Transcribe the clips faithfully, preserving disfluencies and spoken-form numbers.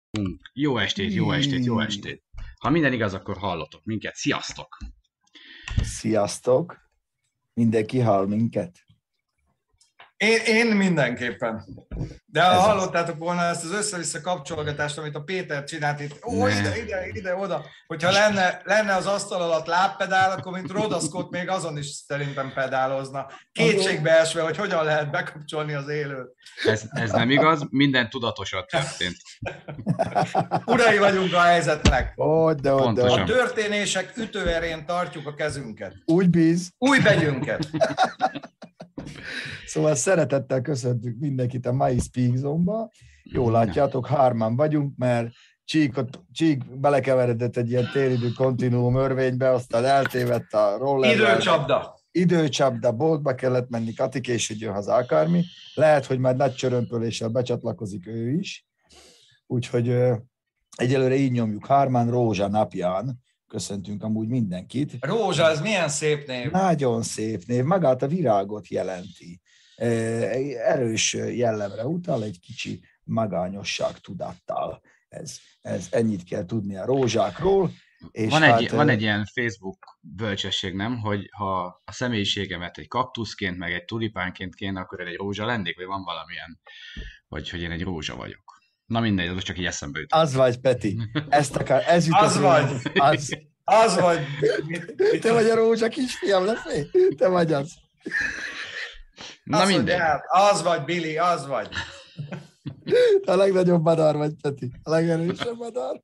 Jó estét, jó estét, jó estét. Ha minden igaz, akkor hallotok minket. Sziasztok! Sziasztok! Mindenki hall minket? Én, én mindenképpen. De ha Ez hallottátok volna ezt az össze-vissza kapcsolgatást, amit a Péter csinált itt, ó, Ne. ide, ide, ide, oda, hogyha lenne, lenne az asztal alatt lábpedál, akkor mint Roda Scott még azon is szerintem pedálozna. Kétségbe esve, hogy hogyan lehet bekapcsolni az élőt. Ez, ez nem igaz, minden tudatosan történt. Urai vagyunk a helyzetnek. Hogy de, hogy de. Pontosan. A történések ütőerén tartjuk a kezünket. Úgy bíz. Új begyünket. Szóval szeretettel köszöntünk mindenkit a mai Speak Zone-ba. Jól látjátok, hárman vagyunk, mert Csíkot, Csík belekeveredett egy ilyen télidő kontinuum örvénybe, aztán eltévedt a roller. Időcsapda. Időcsapda, boltba kellett menni, Kati később jön haza akármi. Lehet, hogy majd nagy csörömpöléssel becsatlakozik ő is. Úgyhogy ö, egyelőre így nyomjuk hárman, Rózsa napján. Köszöntünk amúgy mindenkit. Rózsa, ez milyen szép név. Nagyon szép név, magát a virágot jelenti. Erős jellemre utal, egy kicsi magányosság tudattal. Ez, ez ennyit kell tudni a rózsákról. És Van, hát, egy, van egy ilyen Facebook bölcsesség, nem? Hogy ha a személyiségemet egy kaktuszként, meg egy tulipánként kéne, akkor én egy rózsa lennék, vagy van valamilyen, vagy hogy én egy rózsa vagyok. Na mindegy, az csak így eszembe jutott. Az vagy, Peti. Ezt akar, ez jut Az vagy. Az. Az vagy. Te vagy a rózsa kisfiam, lesz? Te vagy az. Na az, mindegy. Hogy, az vagy, Billy, az vagy. A legnagyobb madár vagy, Peti. A legerősebb madár.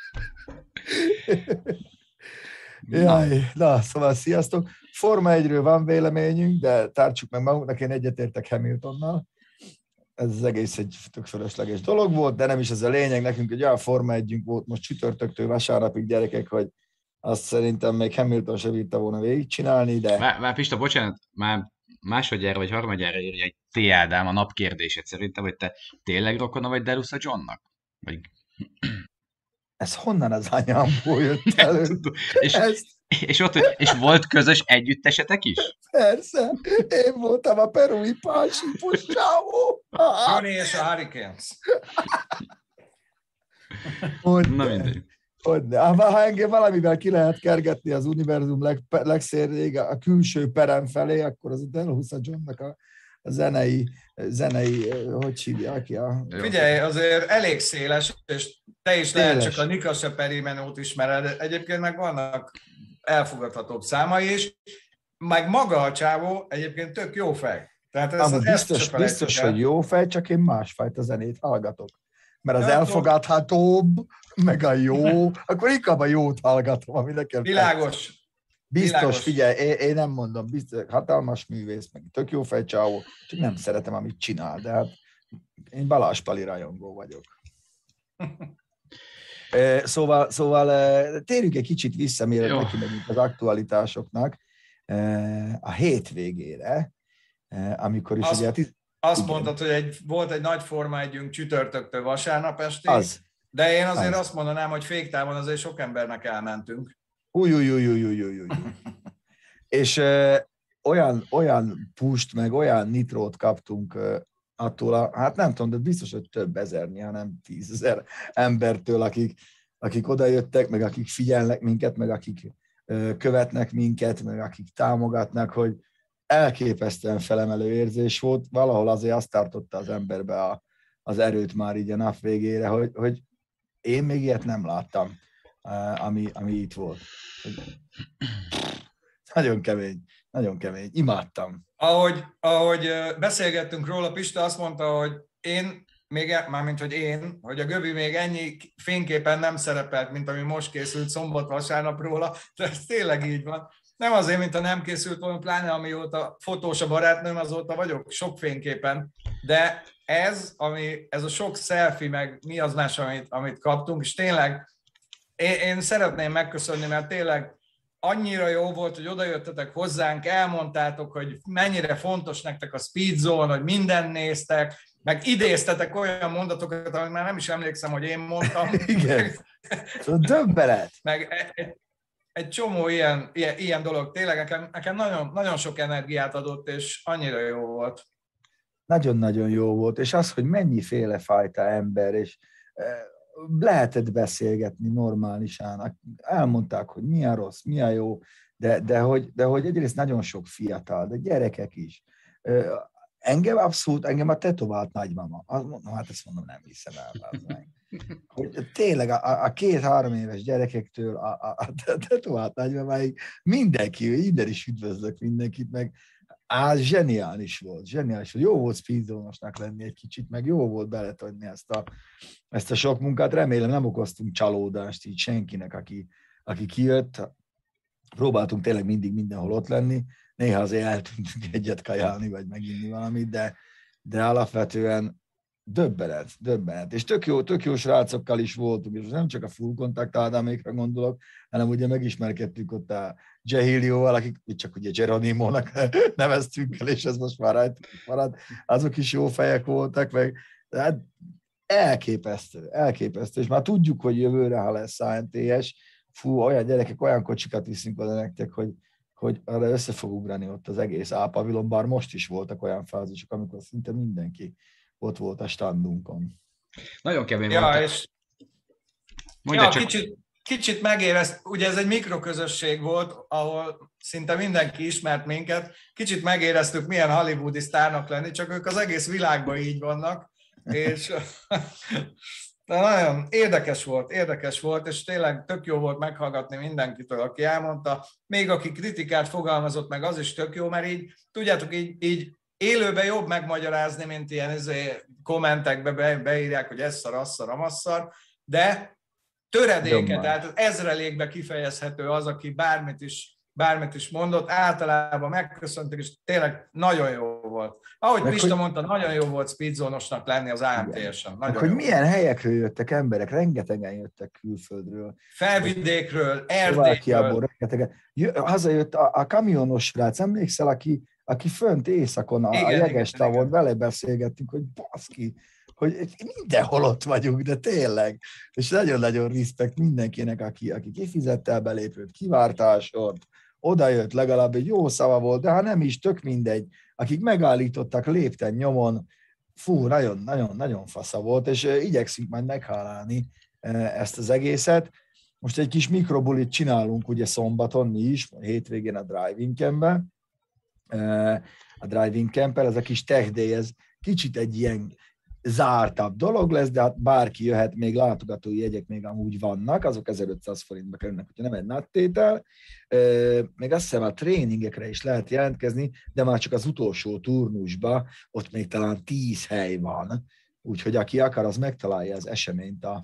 Jaj, na, szóval sziasztok. Forma egyről van véleményünk, de tártsuk meg magunknak, én egyetértek Hamiltonnal. Ez az egész egy tök fölösleges dolog volt, de nem is ez a lényeg. Nekünk egy olyan Forma együnk volt most csütörtöktől vasárnapig, gyerekek, hogy azt szerintem még Hamilton se bírta volna végigcsinálni, de... Már, már Pista, bocsánat, már másodjára vagy harmadjára írja egy T. Ádám a napkérdését szerintem, hogy te tényleg rokona vagy Delusa Johnnak? Vagy... Ez honnan az anyámból jött elő? és, Ezt... és, ott, és volt közös együttesetek is? Persze, én voltam a perui pásipos csávó. Johnny és a Hurricanes. Na mindegy. Hogy, ha engem valamivel ki lehet kergetni az univerzum leg, legszérjég a külső perem felé, akkor az a Delusa Johnnak a, a zenei, zenei, hogy hívják ki a... Figyelj, azért elég széles, és te is Széles. lehet csak a Nika Seperimenót ismered, egyébként meg vannak elfogadhatóbb számai is, meg maga a csávó egyébként tök jó fej. Tehát ez, Amúgy biztos, biztos hogy jó fej, csak én másfajta zenét hallgatok. Mert az ja, elfogadhatóbb, meg a jó, akkor inkább a jót hallgatom, ami nekem Világos. Tetsz. Biztos, Világos. figyelj, én, én nem mondom, biztos, hatalmas művész, meg tök jó fejcsávó, csak nem szeretem, amit csinál, de hát én Balázs Pali rajongó vagyok. Szóval, szóval térjünk egy kicsit vissza, mielőtt neki megyünk az aktualitásoknak, a hétvégére, amikor is azt, ugye... Tiz... Azt igen. mondtad, hogy egy, volt egy nagy forma együnk csütörtöktől vasárnap estig, az. De én azért az. azt mondanám, hogy féktávon azért sok embernek elmentünk. Új, új, új, új, új, új, új. És uh, olyan, olyan pust, meg olyan nitrót kaptunk uh, attól a, hát nem tudom, de biztos, hogy több ezernyi, hanem tízezer embertől, akik, akik odajöttek, meg akik figyelnek minket, meg akik uh, követnek minket, meg akik támogatnak, hogy elképesztően felemelő érzés volt. Valahol azért azt tartotta az emberbe a, az erőt már így a nap végére, hogy, hogy én még ilyet nem láttam, ami, ami itt volt. Nagyon kemény, nagyon kemény. Imádtam. Ahogy, ahogy beszélgettünk róla, Pista azt mondta, hogy én, még, mármint, hogy én, hogy a Göbi még ennyi fényképen nem szerepelt, mint ami most készült szombat-vasárnap róla, de ez tényleg így van. Nem azért, mint ha nem készült volna, pláne amióta fotós a barátnőm, azóta vagyok sok fényképen, de ez, ami, ez a sok selfie, meg mi az más, amit, amit kaptunk, és tényleg én, én szeretném megköszönni, mert tényleg annyira jó volt, hogy odajöttetek hozzánk, elmondtátok, hogy mennyire fontos nektek a Speed Zone, hogy mindent néztek, meg idéztetek olyan mondatokat, amit már nem is emlékszem, hogy én mondtam. Igen. Döbbenet. Meg egy, egy csomó ilyen, ilyen, ilyen dolog. Tényleg nekem, nekem nagyon, nagyon sok energiát adott, és annyira jó volt. Nagyon-nagyon jó volt, és az, hogy mennyiféle fajta ember, és lehetett beszélgetni normálisan. Elmondták, hogy milyen rossz, milyen jó, de, de, hogy, de hogy egyrészt nagyon sok fiatal, de gyerekek is. Engem abszolút, engem a tetovált nagymama. Na, hát ezt mondom, nem hiszem el. Meg. Hogy tényleg a, a két-három éves gyerekektől a, a, a tetovált nagymamáig mindenki, innen is üdvözlök mindenkit, meg á, zseniális volt, zseniális volt. Jó volt speedzónosnak lenni egy kicsit, meg jó volt beletadni ezt a, ezt a sok munkát. Remélem nem okoztunk csalódást így senkinek, aki, aki kijött. Próbáltunk tényleg mindig mindenhol ott lenni. Néha azért eltűntünk egyet kajálni, vagy meginni valamit, de, de alapvetően döbbenet, döbbenet. És tök jó, tök jó srácokkal is voltunk, és nem csak a full contact Ádámékra gondolok, hanem ugye megismerkedtünk ott a Jehilióval, akik csak ugye Geronimónak neveztünk el, és ez most már rajtuk marad. Azok is jó fejek voltak, meg hát elképesztő, elképesztő. És már tudjuk, hogy jövőre, ha lesz á en té es, fú, olyan gyerekek, olyan kocsikat viszünk oda nektek, hogy hogy arra össze fog ugrani ott az egész A-pavilon, bár most is voltak olyan fázisok, amikor szinte mindenki ott volt a standunkon. Nagyon kemény ja, volt. És... Mondja ja, csak... kicsit, kicsit megérezt, ugye ez egy mikroközösség volt, ahol szinte mindenki ismert minket, kicsit megéreztük, milyen hollywoodi sztárnak lenni, csak ők az egész világban így vannak, és de nagyon érdekes volt, érdekes volt, és tényleg tök jó volt meghallgatni mindenkitől, aki elmondta, még aki kritikát fogalmazott meg, az is tök jó, mert így, tudjátok, így, így élőben jobb megmagyarázni, mint ilyen ezért kommentekbe be, beírják, hogy ez szar, az szar, amaz szar, de töredéke, tehát ezrelékbe kifejezhető az, aki bármit is, bármit is mondott, általában megköszöntek, és tényleg nagyon jó volt. Ahogy meg Pista hogy... mondta, nagyon jó volt speedzónosnak lenni az á em té esen. Meg hogy milyen helyekről jöttek emberek, rengetegen jöttek külföldről. Felvidékről, Erdélyről. Rengetegen. Hazajött a, a kamionos srác, emlékszel, aki, aki fönt éjszakon a, igen, a jegestavon, vele beszélgettünk, hogy baszki, hogy mindenhol ott vagyunk, de tényleg. És nagyon-nagyon respekt mindenkinek, aki, aki kifizette el belépőt, kivárta a sort, oda jött, legalább egy jó szava volt, de ha nem is, tök mindegy. Akik megállítottak lépten nyomon, fú, nagyon-nagyon fasza volt, és igyekszünk majd meghálálni ezt az egészet. Most egy kis mikrobulit csinálunk ugye szombaton mi is, hétvégén a Driving Camp-ben. A Driving Camp-el, ez a kis tech day, ez kicsit egy ilyen zártabb dolog lesz, de hát bárki jöhet, még látogatói jegyek még amúgy vannak, azok ezerötszáz forintba kerülnek, hogyha nem egy nattétel. Még azt hiszem a tréningekre is lehet jelentkezni, de már csak az utolsó turnusba, ott még talán tíz hely van, úgyhogy aki akar, az megtalálja az eseményt a,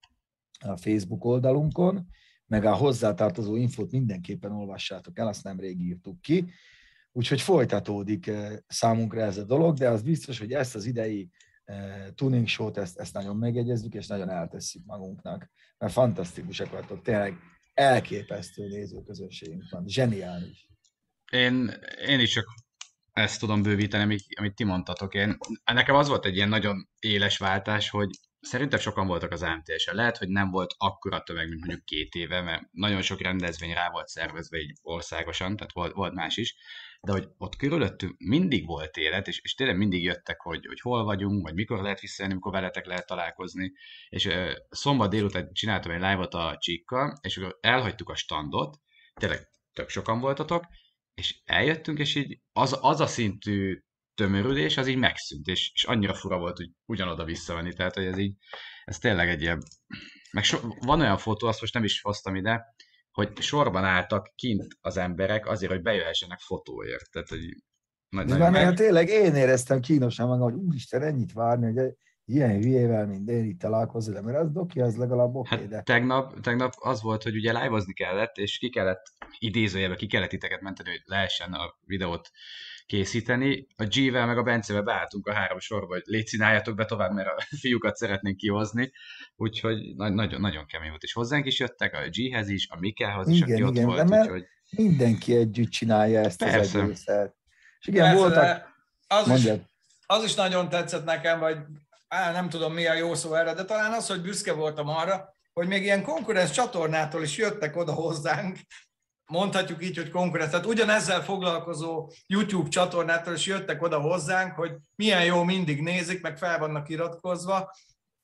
a Facebook oldalunkon, meg a hozzátartozó infót mindenképpen olvassátok el, azt nemrég írtuk ki. Úgyhogy folytatódik számunkra ez a dolog, de az biztos, hogy ezt az idei tuning show-t, ezt, ezt nagyon megjegyezzük, és nagyon eltesszük magunknak, mert fantasztikusak vagytok, tényleg elképesztő nézőközönségünk van, zseniális. Én, én is csak ezt tudom bővíteni, amit, amit ti mondtatok. Én, nekem az volt egy ilyen nagyon éles váltás, hogy szerintem sokan voltak az á em té esen. Lehet, hogy nem volt akkora tömeg, mint mondjuk két éve, mert nagyon sok rendezvény rá volt szervezve így országosan, tehát volt, volt más is, de hogy ott körülöttünk mindig volt élet, és, és tényleg mindig jöttek, hogy, hogy hol vagyunk, vagy mikor lehet visszajönni, mikor veletek lehet találkozni. És uh, szombat délután csináltam egy live-ot a Csíkkal, és akkor elhagytuk a standot, tényleg tök sokan voltatok, és eljöttünk, és így az, az a szintű tömörülés, az így megszűnt, és, és annyira fura volt, hogy ugyanoda visszamenni, tehát hogy ez így, ez tényleg egy ilyen, meg so, van olyan fotó, azt most nem is hoztam ide, hogy sorban álltak kint az emberek azért, hogy bejöhessenek fotóért, tehát hogy nagy, de nagyon... meg... tényleg én éreztem kínosan magam, hogy úristen, ennyit várni, hogy ilyen hülyével, mint én itt találkozni, mert az doki, az legalább oké, hát de... Tegnap, tegnap az volt, hogy ugye live-ozni kellett, és ki kellett, idézőjelben ki kellett titeket menteni, hogy lehessen a videót készíteni. A G-vel meg a Bencevel beálltunk a három sorba, hogy légy csináljátok be tovább, mert a fiúkat szeretnénk kihozni. Úgyhogy nagyon, nagyon kemény volt. És hozzánk is jöttek, a G-hez is, a Mikához is, igen, aki igen, ott volt. Úgyhogy... mindenki együtt csinálja ezt persze. Az egészet. És igen, persze, voltak... Az is, az is nagyon tetszett nekem, vagy á, nem tudom mi a jó szó erre, de talán az, hogy büszke voltam arra, hogy még ilyen konkurens csatornától is jöttek oda hozzánk, mondhatjuk így, hogy konkurens, tehát ugyanezzel foglalkozó YouTube csatornától is jöttek oda hozzánk, hogy milyen jó mindig nézik, meg fel vannak iratkozva.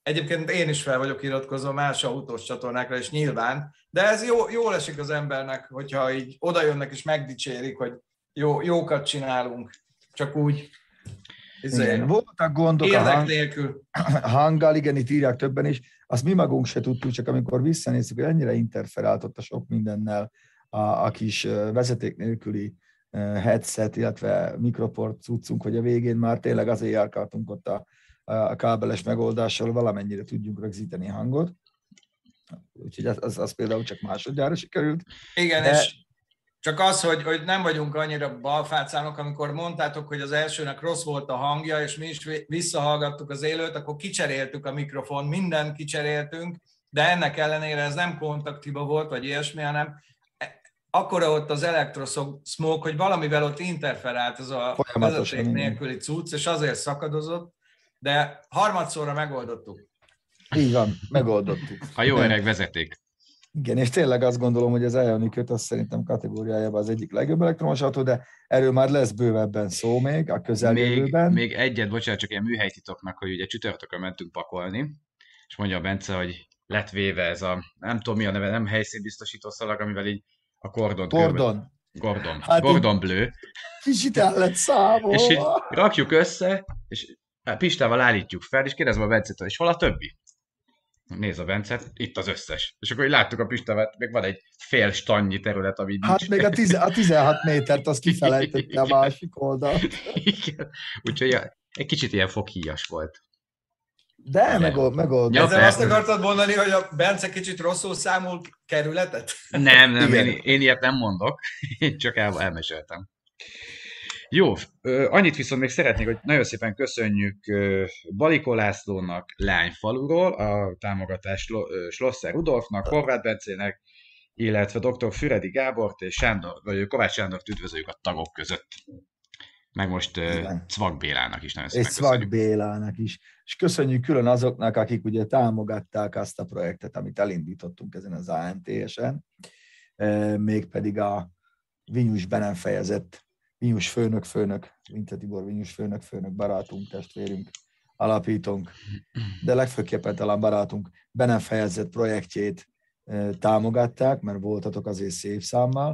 Egyébként én is fel vagyok iratkozva más autós csatornákra, és nyilván, de ez jó, jól esik az embernek, hogyha így odajönnek és megdicsérik, hogy jó, jókat csinálunk, csak úgy. Igen, voltak gondok érdek a hang, nélkül. hanggal, igen, itt írják többen is. Azt mi magunk se tudtuk, csak amikor visszanéztük, hogy ennyire interferált ott a sok mindennel a, a kis vezeték nélküli headset, illetve mikroport cuccunk, hogy a végén már tényleg azért járkáltunk ott a, a kábeles megoldással, valamennyire tudjunk rögzíteni hangot. Úgyhogy az, az, az például csak másodjára sikerült. Igen, de... és csak az, hogy, hogy nem vagyunk annyira balfácánok, amikor mondtátok, hogy az elsőnek rossz volt a hangja, és mi is visszahallgattuk az élőt, akkor kicseréltük a mikrofon, mindent kicseréltünk, de ennek ellenére ez nem kontakthiba volt, vagy ilyesmi, hanem akkora ott az elektrosmoke, hogy valamivel ott interferált ez a vezeték nélküli cucc, és azért szakadozott, de harmadszorra megoldottuk. Így van, megoldottuk. A jó öreg vezeték. Igen, és tényleg azt gondolom, hogy az Ioniq öt az szerintem kategóriájában az egyik legjobb elektromos autó, de erről már lesz bővebben szó még a közeljövőben. Még, még egyet, bocsánat, csak ilyen műhelytitoknak, hogy ugye csütörtökön mentünk pakolni, és mondja a Bence, hogy lett véve ez a, nem tudom mi a neve, nem helyszínbiztosító szalag, amivel így a kordont... Gordon. Körbe, Gordon. Hát Gordon Bleu. Kicsit el lett számolva. És így rakjuk össze, és Pistával állítjuk fel, és kérdezem a Bencétől, és hol a többi? Nézd a Bence, itt az összes. És akkor így láttuk a Pistával, még van egy fél stannyi terület, ami Hát nincs. még a, tize, a tizenhat métert azt kifelejtette a másik oldalt. Igen. Úgyhogy ja, egy kicsit ilyen foghíjas volt. De megold, megold. Ja, ezzel azt akartad mondani, hogy a Bence kicsit rosszul számol kerületet? Nem, nem, én, én ilyet nem mondok. Én csak el, elmeséltem. Jó, annyit viszont még szeretnék, hogy nagyon szépen köszönjük Balikó Lászlónak Leányfaluról, a támogatás Schlosser Rudolfnak, Horváth Bencének, illetve dr. Füredi Gábort és Sándor, vagy Kovács Sándort üdvözöljük a tagok között. Meg most Cvak Bélának is nagyon szépen és Cvak Bélának is. És köszönjük külön azoknak, akik ugye támogatták azt a projektet, amit elindítottunk ezen az á em té esen, mégpedig a Vinyus be nem fejezett Vinyus főnök, főnök, Vince Tibor Vinyus főnök, főnök, barátunk, testvérünk, alapítónk, de legfőképpen talán barátunk be nem fejezett projektjét támogatták, mert voltatok azért szép számmal.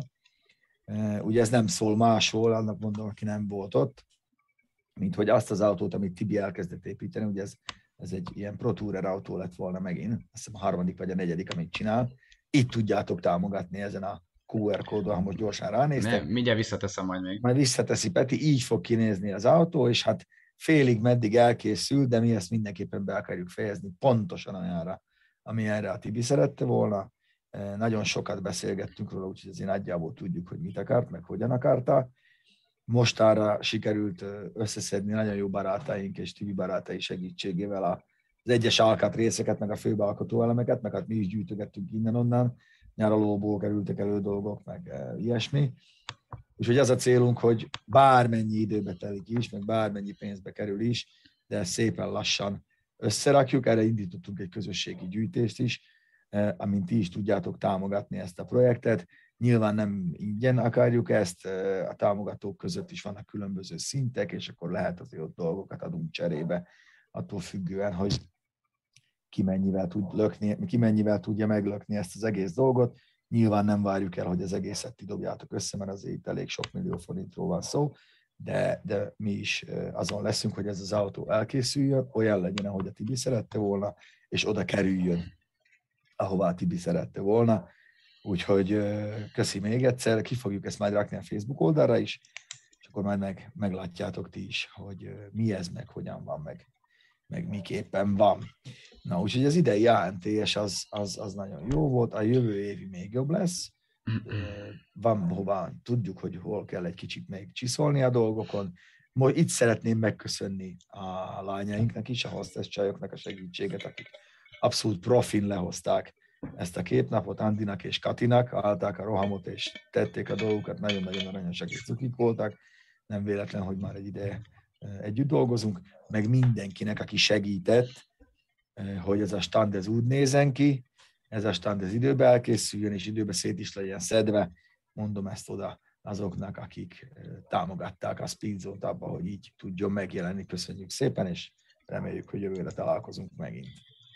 Ugye ez nem szól másról, annak mondom, aki nem volt ott, mint hogy azt az autót, amit Tibi elkezdett építeni, ugye ez, ez egy ilyen Pro Tourer autó lett volna megint, azt hiszem a harmadik vagy a negyedik, amit csinál. Itt tudjátok támogatni ezen a kú er kódon, ha most gyorsan ránéztek. Nem, mindjárt visszateszem majd még. Majd visszateszi Peti, így fog kinézni az autó, és hát félig meddig elkészül, de mi ezt mindenképpen be akarjuk fejezni pontosan olyanra, ami erre a Tibi szerette volna. Nagyon sokat beszélgettünk róla, úgyhogy azért nagyjából tudjuk, hogy mit akart, meg hogyan akarta. Mostára sikerült összeszedni nagyon jó barátaink és Tibi barátai segítségével az egyes alkatrészeket, meg a főbe alkotó elemeket, meg hát mi is gyűjtögettünk innen-onnan, nyaralóból kerültek elő dolgok, meg ilyesmi. Úgyhogy az a célunk, hogy bármennyi időbe telik is, meg bármennyi pénzbe kerül is, de szépen lassan összerakjuk. Erre indítottunk egy közösségi gyűjtést is, amint ti is tudjátok támogatni ezt a projektet. Nyilván nem ingyen akarjuk ezt, a támogatók között is vannak különböző szintek, és akkor lehet azért ott dolgokat adunk cserébe, attól függően, hogy ki mennyivel, tud lökni, ki mennyivel tudja meglökni ezt az egész dolgot. Nyilván nem várjuk el, hogy az egészet ti dobjátok össze, mert azért itt elég sok millió forintról van szó, de, de mi is azon leszünk, hogy ez az autó elkészüljön, olyan legyen, ahogy a Tibi szerette volna, és oda kerüljön, ahová a Tibi szerette volna. Úgyhogy köszi még egyszer, ki fogjuk ezt majd rakni a Facebook oldalra is, és akkor majd meg, meglátjátok ti is, hogy mi ez, meg hogyan van, meg, meg miképpen van. Na, úgyhogy az idei á em té es az, az, az nagyon jó volt, a jövő évi még jobb lesz. Van hova, tudjuk, hogy hol kell egy kicsit még csiszolni a dolgokon. Most itt szeretném megköszönni a lányainknak is, a hostess csajoknak a segítséget, akik abszolút profin lehozták ezt a két napot, Andinak és Katinak, állták a rohamot és tették a dolgokat, nagyon-nagyon aranyosak és cukik voltak. Nem véletlen, hogy már egy ideje együtt dolgozunk, meg mindenkinek, aki segített, hogy ez a stand ez úgy nézen ki, ez a stand ez időbe elkészüljön, és időbe szét is legyen szedve. Mondom ezt oda azoknak, akik támogatták a Speedzone-t abba, hogy így tudjon megjelenni. Köszönjük szépen, és reméljük, hogy jövőre találkozunk megint.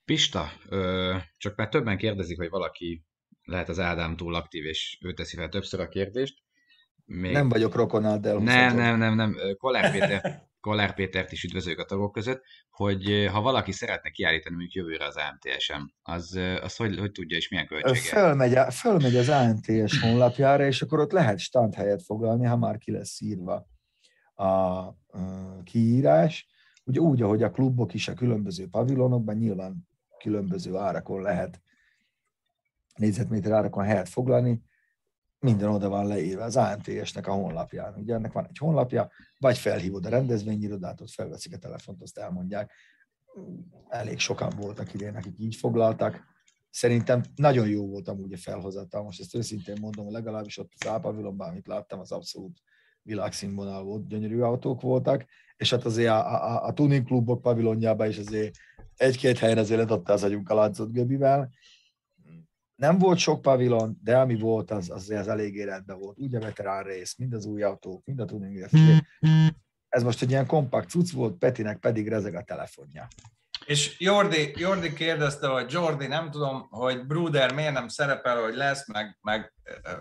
Pista, ö, csak már többen kérdezik, hogy valaki lehet az Ádám túl aktív, és ő teszi fel többször a kérdést. Nem Még vagyok rokonál, de nem, elhúzhatod. nem, nem, nem. Kollár Péter, Kollár Pétert is üdvözöljük a tagok között, hogy ö, ha valaki szeretne kiállítani mondjuk jövőre az á em té es-en, az, ö, az hogy, hogy tudja és milyen költségei? Fölmegy, a- fölmegy az á em té es honlapjára, és akkor ott lehet standhelyet foglalni, ha már ki lesz írva a, a kiírás. Ugye úgy, ahogy a klubok is a különböző pavilonokban, nyilván különböző árakon lehet, négyzetméter árakon helyet foglalni, minden oda van leírva az á em té es-nek a honlapján. Ugye ennek van egy honlapja, vagy felhívod a rendezvényirodát, ott felveszik a telefont, azt elmondják. Elég sokan voltak idén, akik így foglaltak. Szerintem nagyon jó volt amúgy a felhozatal. Most ezt őszintén mondom, hogy legalábbis ott az A-pavilonban, amit láttam, az abszolút világszínvonal volt, gyönyörű autók voltak, és hát azért a, a, a tuning klubok pavilonjában is azért egy-két helyen azért ledobta az agyunk a látszott Göbivel. Nem volt sok pavilon, de ami volt, az, az, az elég életben volt. Úgy a veterán rész, mind az új autók, mind a tuning rész. Ez most egy ilyen kompakt cucc volt, Petinek pedig rezeg a telefonja. És Jordi, Jordi kérdezte, hogy Jordi, nem tudom, hogy Bruder miért nem szerepel, hogy lesz, meg, meg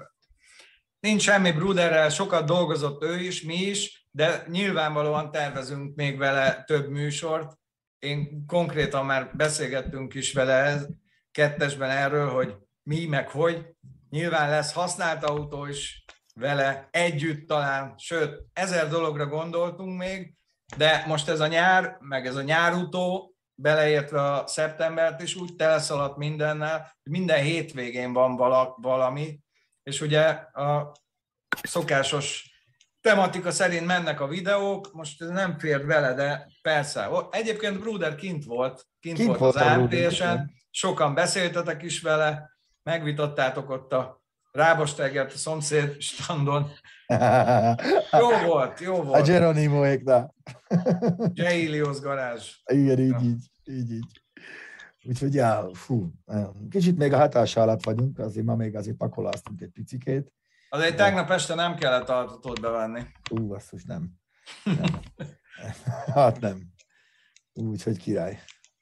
nincs semmi Bruderrel, sokat dolgozott ő is, mi is, de nyilvánvalóan tervezünk még vele több műsort. Én konkrétan már beszélgettünk is vele kettesben erről, hogy mi, meg hogy. Nyilván lesz használt autó is vele együtt talán, sőt, ezer dologra gondoltunk még, de most ez a nyár, meg ez a nyárutó, beleértve a szeptembert is úgy teleszaladt mindennel, hogy minden hétvégén van valami, és ugye a szokásos tematika szerint mennek a videók, most ez nem fért vele, de persze. Egyébként Bruder kint volt, kint, kint volt, volt az á em té es-en, sokan beszéltetek is vele, megvitattátok ott a Rábostegert a szomszéd standon. Jó volt, jó volt. A Geronimoéknál. Geilios garázs. Igen, így, így, így, így. Úgyhogy, já, fú, kicsit még a hatás alatt vagyunk, azért ma még azért pakoláztunk egy picikét. Azért de... tegnap este nem kellett autót bevenni. Ú, azt most nem. nem. Hát nem. Úgyhogy király.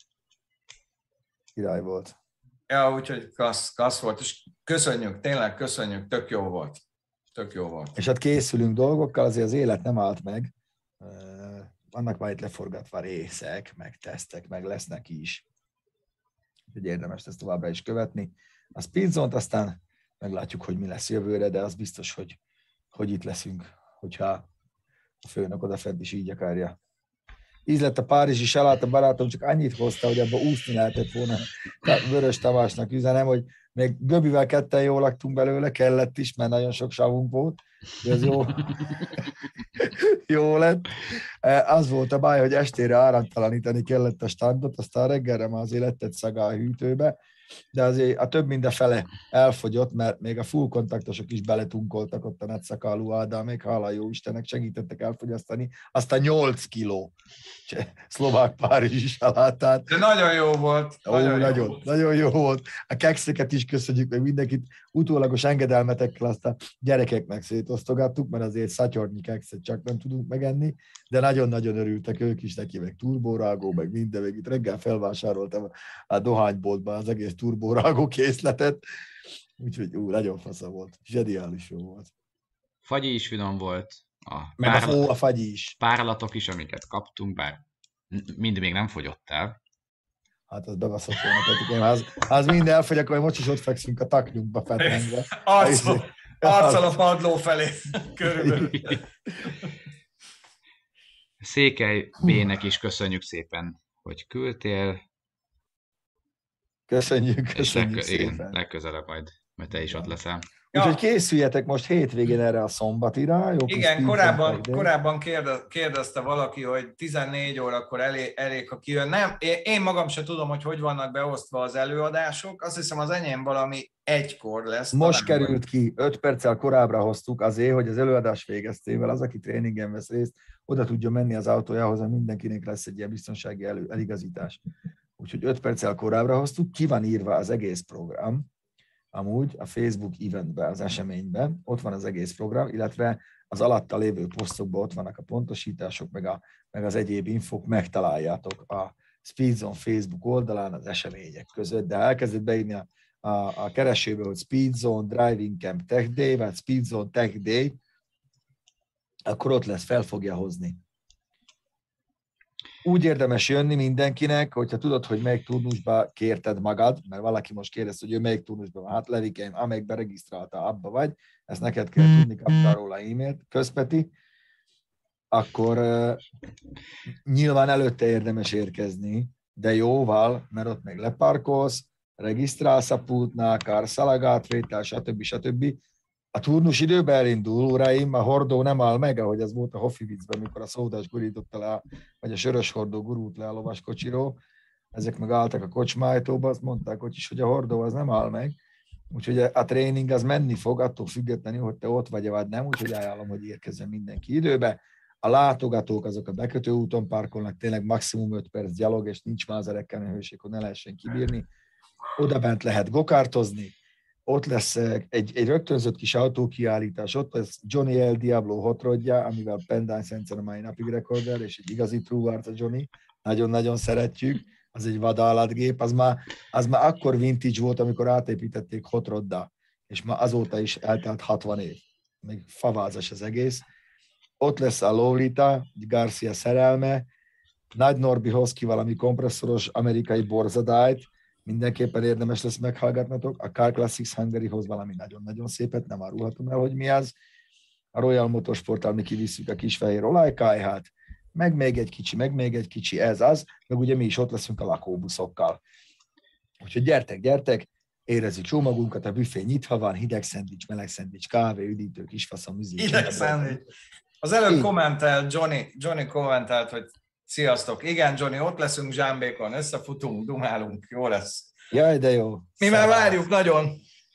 Király volt. Ja, úgyhogy kassz, kassz volt, és köszönjük, tényleg köszönjük, tök jó volt. Tök jó volt. És hát készülünk dolgokkal, azért az élet nem állt meg. Vannak már itt leforgatva részek, meg tesztek, meg lesznek is. Úgyhogy érdemes ezt továbbra is követni. A Speedzone-t aztán meglátjuk, hogy mi lesz jövőre, de az biztos, hogy, hogy itt leszünk, hogyha a főnök odafent is így akarja. Íz lett a párizsi salát, a barátom csak annyit hozta, hogy abba úszni lehetett volna. Tehát Vörös Tamásnak üzenem, hogy még Göbivel ketten jól laktunk belőle, kellett is, mert nagyon sok savunk volt, de ez jó, jó lett. Az volt a baj, hogy estére áramtalanítani kellett a standot, aztán reggelre már azért lett egy szaga a hűtőbe, de azért a több minden fele elfogyott, mert még a full kontaktosok is beletunkoltak ott a nagyszakálú Ádámék, hála jó Istennek, segítettek elfogyasztani. Aztán nyolc kiló szlovák párizsi salátát. De nagyon jó volt. Ó, nagyon, nagyon, jó volt. nagyon jó volt. A kekszeket is köszönjük, meg mindenkit utólagos engedelmetekkel azt a gyerekeknek szétosztogattuk, mert azért szatyornyi kekszet csak nem tudunk megenni, de nagyon-nagyon örültek ők is neki, meg turbórágó, meg minden, meg itt reggel felvásároltam a dohányboltban az egész turbórágó készletet, úgyhogy ú, nagyon fasza volt. Zseniális jó volt. Fagyi is finom volt. A meg párla... a, fó, a fagyi is. Párlatok is, amiket kaptunk, bár mind még nem fogyott el. Hát az bebaszott volna, Petikém. Az, az mind elfogy, akkor most is ott fekszünk a taknyunkba fetengve. Arccal, arccal a padló felé körülbelül. Székely B-nek is köszönjük szépen, hogy küldtél. Köszönjük, köszönjük leg, szépen. Igen, legközelebb majd, mert te is ott leszel. Ja. Úgyhogy készüljetek most hétvégén erre a szombatira. Jó, igen, korábban, korábban kérde, kérdezte valaki, hogy tizennégy órakor elég, elég, ha kijön. Nem, én magam sem tudom, hogy hogy vannak beosztva az előadások. Azt hiszem az enyém valami egykor lesz. Most került vagy. ki, öt perccel korábbra hoztuk azért, hogy az előadás végeztével az, aki tréningen vesz részt, oda tudja menni az autójához, hogy mindenkinek lesz egy ilyen biztonsági elő, eligazítás. Úgyhogy öt perccel korábbra hoztuk, ki van írva az egész program, amúgy a Facebook eventben, az eseményben, ott van az egész program, illetve az alatta lévő posztokban ott vannak a pontosítások, meg, a, meg az egyéb infók, megtaláljátok a Speedzone Facebook oldalán az események között, de ha elkezded beírni a, a, a keresőbe, hogy Speedzone Driving Camp Tech Day, vagy Speedzone Tech Day, akkor ott lesz, fel fogja hozni. Úgy érdemes jönni mindenkinek, hogyha tudod, hogy melyik turnusba kérted magad, mert valaki most kérdezte, hogy ő melyik turnusban van, hát Levikeim, amelyikbe regisztrálta, abba vagy, ezt neked kell tudni, kaptál róla e-mailt, közpeti, akkor uh, nyilván előtte érdemes érkezni, de jóval, mert ott még leparkolsz, regisztrálsz a pultnál, kárszalagátvétel, stb. stb. A turnus időben elindul, uraim, a hordó nem áll meg, ahogy ez volt a Hoffi viccben, amikor a szódás gurította le, vagy a sörös hordó gurult le a lovaskocsiról, ezek meg álltak a kocsmájtóba, azt mondták hogy is, hogy a hordó az nem áll meg, úgyhogy a tréning az menni fog, attól függetlenül, hogy te ott vagy, vagy nem, úgyhogy ajánlom, hogy érkezzen mindenki időbe. A látogatók azok a bekötőúton parkolnak, tényleg maximum öt perc gyalog, és nincs már az erekkenőhőség, hogy ne lehessen kibírni. Oda bent lehet gokártozni, ott lesz egy, egy rögtönzött kis autókiállítás, ott lesz Johnny El Diablo hot rodja, amivel Pendán Szentszen a mai napig rekorder, és egy igazi true arc a Johnny, nagyon-nagyon szeretjük, az egy vadállatgép, az már, az már akkor vintage volt, amikor átépítették hot roddá, és már azóta is eltelt hatvan év, még favázas az egész. Ott lesz a Lolita, Garcia szerelme, Nagy Norbi hoz ki valami kompresszoros amerikai borzadályt, mindenképpen érdemes lesz meghallgatnatok. A Car Classics Hungary-hoz valami nagyon-nagyon szépet, nem árulhatom el, hogy mi az. A Royal Motorsporttal mi kivisszük a kisfehér olajkályhát, meg még egy kicsi, meg még egy kicsi, ez az, meg ugye mi is ott leszünk a lakóbuszokkal. Úgyhogy gyertek, gyertek, érezzük jó magunkat, a büfé nyitva van, hideg szendvics, meleg szendvics, kávé, üdítő, kisfaszom, műzik. Hideg szendvics. Az előbb kommentelt, Johnny, Johnny kommentelt, hogy sziasztok, igen, Johnny, ott leszünk Zsámbékon, összefutunk, dumálunk, jó lesz. Jaj, de jó. Mi már várjuk nagyon.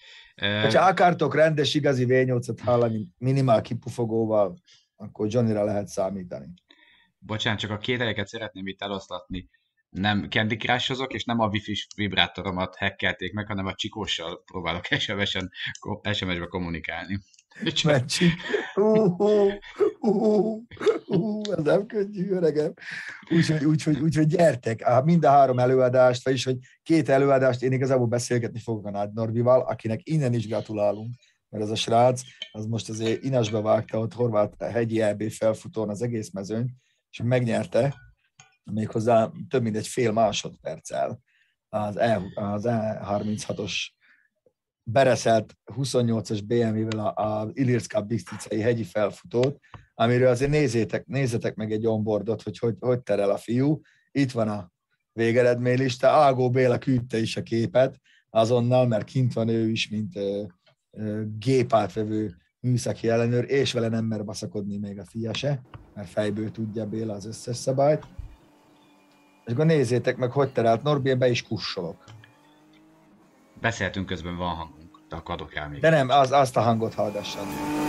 Ha akartok rendes, igazi vé nyolcat hallani minimál kipufogóval, akkor Johnnyra lehet számítani. Bocsánat, csak a kételyeket szeretném itt eloszlatni. Nem Candy Crush-ozok, és nem a wifi vibrátoromat hackelték meg, hanem a csikóssal próbálok es em es-en, es em es-be kommunikálni. Mecsi. Uh, uh, uh, uh, ez nem könnyű, öregem. Úgyhogy úgy, úgy, úgy, gyertek, mind a három előadást, vagyis, hogy két előadást én igazából beszélgetni fogok a Nagy Norbival, akinek innen is gratulálunk, mert ez a srác, az most azért inasba vágta ott Horváth hegyi é bé felfutón az egész mezőny, és megnyerte, méghozzá több mint egy fél másodperccel az, e, az E harminchatos bereszelt huszonnyolcas bé em vé-vel a, a Ilirszka Biszticai hegyi felfutót, amiről azért nézzétek, nézzetek meg egy onboardot, hogy, hogy hogy terel a fiú. Itt van a végeredménylista. Ágó Béla küldte is a képet azonnal, mert kint van ő is, mint ö, ö, gépátvevő műszaki ellenőr, és vele nem mer baszakodni még a fia se, mert fejből tudja Béla az összes szabályt. És akkor nézzétek meg, hogy terelt Norbi, én be is kussolok. Beszéltünk, közben van hangunk, de akkor adok el még. De nem, az, azt a hangot hallgassad.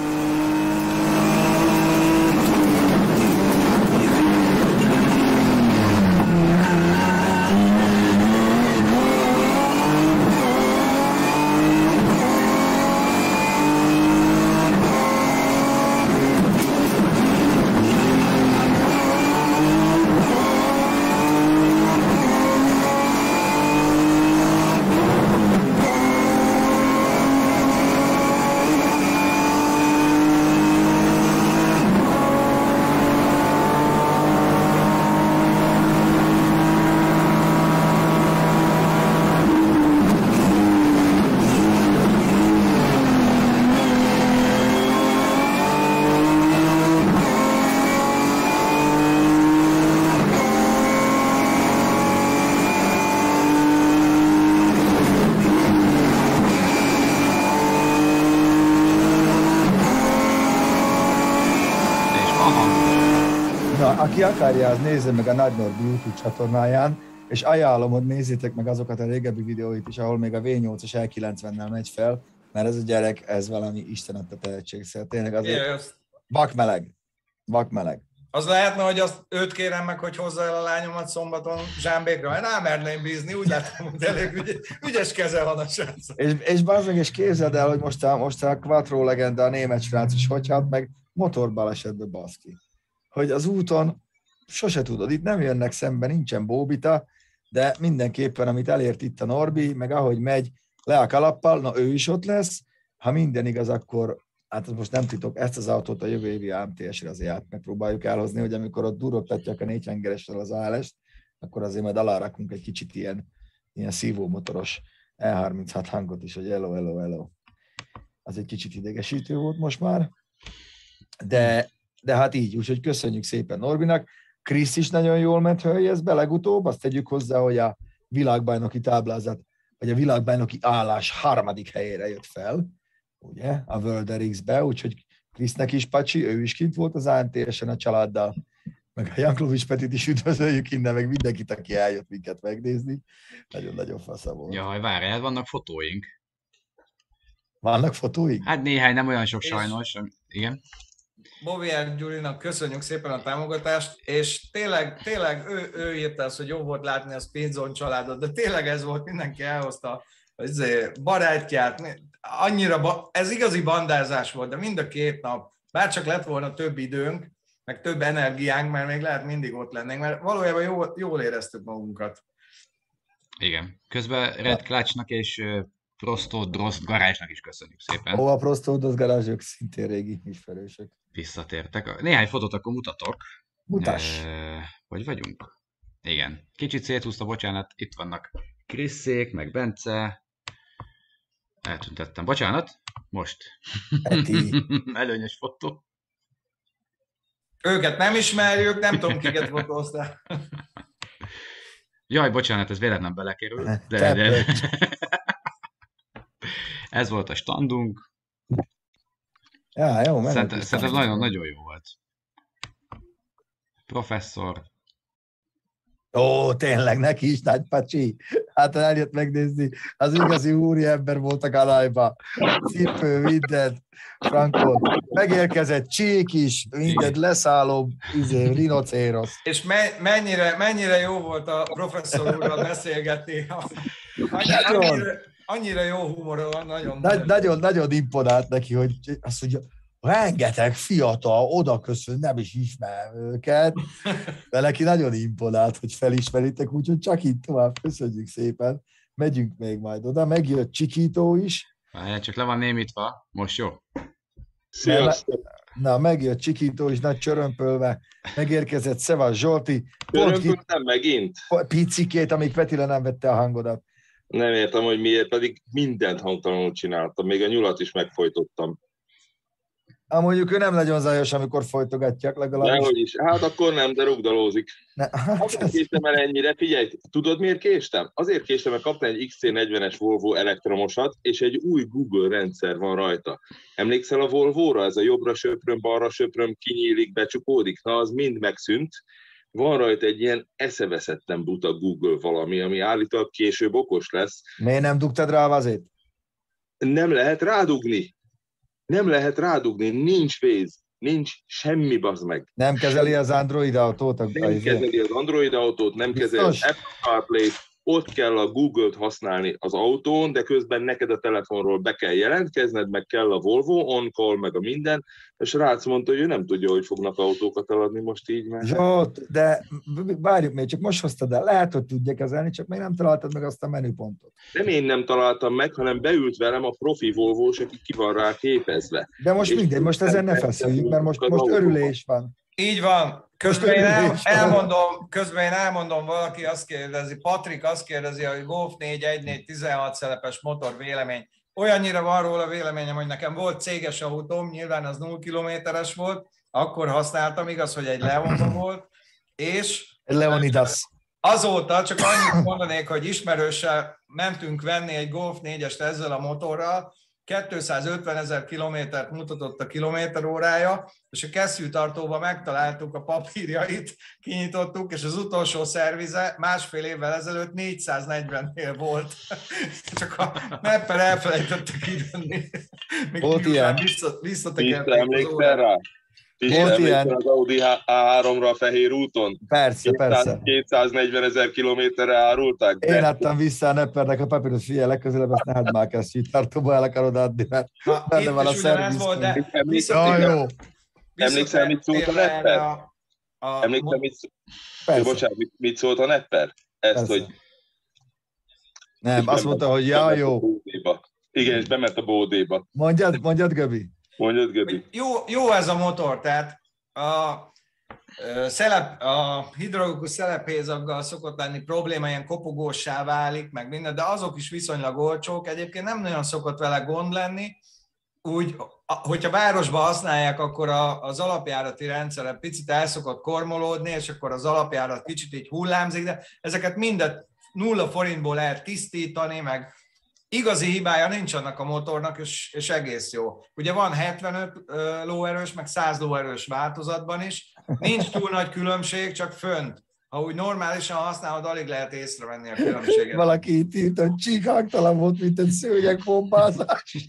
Aki akarja, az nézze meg a Nagy Norbi YouTube csatornáján, és ajánlom, hogy nézzétek meg azokat a régebbi videóit is, ahol még a vé nyolcas el kilencvennel megy fel, mert ez a gyerek, ez valami istenett a tehetség. Szóval tényleg azért vakmeleg. Vakmeleg. Az lehetne, hogy azt őt kérem meg, hogy hozza el a lányomat szombaton Zsámbékra, én nem merném bízni, úgy látom, hogy elég ügyes, ügyes keze van a srác. És, és bazdmeg, és képzeld el, hogy most a, most a Quattro legenda, a német srác is hogy halt meg, motorbalesetbe baszki. Hogy az úton sose tudod, itt nem jönnek szembe, nincsen bóbita, de mindenképpen, amit elért itt a Norbi, meg ahogy megy le a kalappal, na ő is ott lesz. Ha minden igaz, akkor, hát most nem titok, ezt az autót a jövő évi á em té es-re azért át megpróbáljuk elhozni, hogy amikor ott durrogtatják a négyhengeressel az á el est, akkor azért majd alárakunk egy kicsit ilyen, ilyen szívómotoros E harminchat hangot is, hogy hello, hello, hello. Az egy kicsit idegesítő volt most már, de, de hát így, úgyhogy köszönjük szépen Norbinak. Krisz is nagyon jól ment Höljezbe legutóbb, azt tegyük hozzá, hogy a világbajnoki táblázat, vagy a világbajnoki állás harmadik helyére jött fel, ugye, a World er iksz-be, úgyhogy Krisznek is pacsi, ő is kint volt az á en té es-en a családdal, meg a Jankovics Petit is üdvözöljük innen, meg mindenkit, aki eljött minket megnézni. Nagyon-nagyon fasza volt. Jaj, várjál, vannak fotóink. Vannak fotóink? Hát néhány, nem olyan sok És- sajnos. Igen. Boviár Gyurinak köszönjük szépen a támogatást, és tényleg, tényleg ő, ő írta azt, hogy jó volt látni a Speedzone családot, de tényleg ez volt, mindenki elhozta az barátját, annyira, ba, ez igazi bandázás volt, de mind a két nap, bárcsak lett volna több időnk, meg több energiánk, mert még lehet mindig ott lennénk, mert valójában jól, jól éreztük magunkat. Igen. Közben Red Clutchnak és ö, Prosto Drost garázsnak is köszönjük szépen. Ó, a Prostódos garázsok szintén régi ismerősök. Visszatértek. Néhány fotót akkor mutatok. Mutass! Ö, Hogy vagyunk? Igen. Kicsit széthúzta, bocsánat. Itt vannak Krisszék, meg Bence. Eltüntettem. Bocsánat. Most. Peti. Előnyös fotó. Őket nem ismerjük, nem tudom, kiket fotóztál. Jaj, bocsánat, ez véletlen belekerül. De, de... Teppet. Ez volt a standunk. Ja, jó, menő Szerintem, kis szerintem tanulmány. nagyon-nagyon jó volt. Professzor. Ó, tényleg, neki is nagy pacsi. Hát eljött megnézni, az igazi úri ember volt a galajba. Cipő, mindent. Franco, megérkezett csík is, mindent leszálló, izé, rinocérosz. És me- mennyire, mennyire jó volt a professzor úrral beszélgetni. Annyira, annyira, annyira jó humora van, nagyon. Nagy, nagyon, nagyon imponált neki, hogy azt mondja, rengeteg fiatal, oda köszön, nem is ismer őket, de neki nagyon imponált, hogy felismeritek, úgyhogy csak így tovább, köszönjük szépen. Megyünk még majd oda, megjött Csikító is. Várjál, csak le van némítva. Most jó. Sziasztok! Na, megjött Csikító is nagy csörömpölve, megérkezett Szevas Zsolti, pont ki, Örömpöltem megint? picikét, amíg Petile nem vette a hangodat. Nem értem, hogy miért, pedig mindent hangtalanul csináltam. Még a nyulat is megfojtottam. Amúgy ő nem nagyon zajos, amikor folytogatják, legalábbis. Nehogy is. Hát akkor nem, de rugdalózik. Ne, hát Azért ez, késtem el ennyire, figyelj, tudod miért késtem? Azért késtem, mert kaptam egy iksz cé negyvenes Volvo elektromosat, és egy új Google rendszer van rajta. Emlékszel a Volvóra? Ez a jobbra söpröm, balra söpröm, kinyílik, becsukódik? Na, az mind megszűnt. Van rajta egy ilyen eszeveszetten buta Google valami, ami állítólag később okos lesz. miért nem dugtad rá a vazét? Nem lehet rádugni. Nem lehet rádugni, nincs Waze, nincs semmi, bazd meg. Nem kezeli az Android autót? A, Nem kezeli az Android autót, nem kezeli az Biztos? Apple CarPlay-t, ott kell a Google-t használni az autón, de közben neked a telefonról be kell jelentkezned, meg kell a Volvo on-call, meg a minden, és srác mondta, hogy ő nem tudja, hogy fognak autókat eladni most így, mert... Zsolt, de várjuk még, csak most hoztad el. Lehet, hogy tudja kezelni, csak még nem találtad meg azt a menüpontot. Nem én nem találtam meg, hanem beült velem a profi Volvós, aki ki van rá képezve. De most És mindegy, most ezen ne feszüljük, mert most, most örülés van. Így van. Közben én el, Örülés. elmondom, közben én elmondom, valaki azt kérdezi, Patrik azt kérdezi, hogy Golf négy egy négy tizenhat szelepes motor vélemény. Olyannyira van róla véleményem, hogy nekem volt céges autóm, nyilván az nulla kilométeres volt, akkor használtam, igaz, hogy egy Leonban volt, és Leonidas. azóta csak annyit mondanék, hogy ismerőssel mentünk venni egy Golf négyest ezzel a motorral, kétszázötven ezer kilométert mutatott a kilométerórája, és a kesztyűtartóban megtaláltuk a papírjait, kinyitottuk, és az utolsó szervize másfél évvel ezelőtt négyszáznegyvennél volt. Csak a Nepper elfelejtette kivenni. Még Volt ilyen. Vissza, Vissza visszatekerték az emlékszel órát. rá? Vissza Volt emlékszel ilyen. az Audi á háromra a Fehér úton? Persze, persze. kétszáznegyven ezer kilométerre árulták? De Én adtam vissza a Neppernek a papírot, figyelj, legközelebb ezt ne hagyd már kesztyűtartóba, el akarod adni, mert Na, benne itt van a is ugyanez szerviz. volt, de Emlékszel, visszatérve- Ja, jó, Emlékszel, mit szólt a visszatérve Nepper? erre a- a- Emlékszel, mit, persze. bocsánat, mit, mit szólt a Nepper? Ezt, Persze. hogy Nem, azt mondta, hogy ja, jó. Igen, és bement a bódéba. Mondjad, mondjad, Göbi. Mondjad, Göbi. Jó, jó ez a motor, tehát a, szelep, a hidraulikus szelephézaggal szokott lenni probléma, ilyen kopogóssá válik, meg minden, de azok is viszonylag olcsók. Egyébként nem nagyon szokott vele gond lenni. Úgy, hogyha városba használják, akkor a, az alapjárati rendszere picit el szokott kormolódni, és akkor az alapjárat kicsit így hullámzik, de ezeket mindet nulla forintból lehet tisztítani, meg igazi hibája nincs annak a motornak, és, és egész jó. Ugye van hetvenöt lóerős, meg száz lóerős változatban is, nincs túl nagy különbség, csak fönt. Ha úgy normálisan használod, alig lehet észrevenni a különbséget. Valaki itt írt, hogy csíkhangtalan volt, mint egy szőnyegbombázás.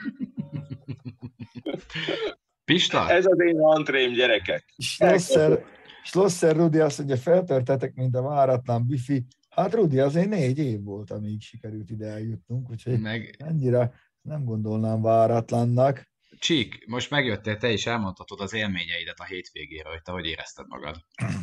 Pista? Ez az én antrém, gyerekek. Schlosser, Schlosser Rudi azt mondja, feltörtetek, mint a váratlan bifi. Hát Rudi, azért négy év volt, amíg sikerült ide eljutnunk, úgyhogy Meg... ennyire nem gondolnám váratlannak. Csík, most megjöttél, te is elmondhatod az élményeidet a hétvégére, hogy te hogy érezted magad.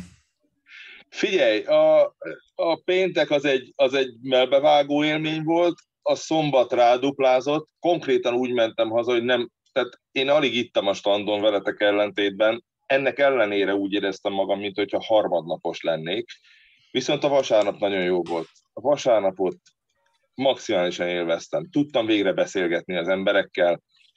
Figyelj, a, a péntek az egy, az egy melbevágó élmény volt, a szombat ráduplázott, konkrétan úgy mentem haza, hogy nem, tehát én alig ittam a standon veletek ellentétben, ennek ellenére úgy éreztem magam, mint hogyha harmadnapos lennék, viszont a vasárnap nagyon jó volt. A vasárnapot maximálisan élveztem. Tudtam végre beszélgetni az emberekkel,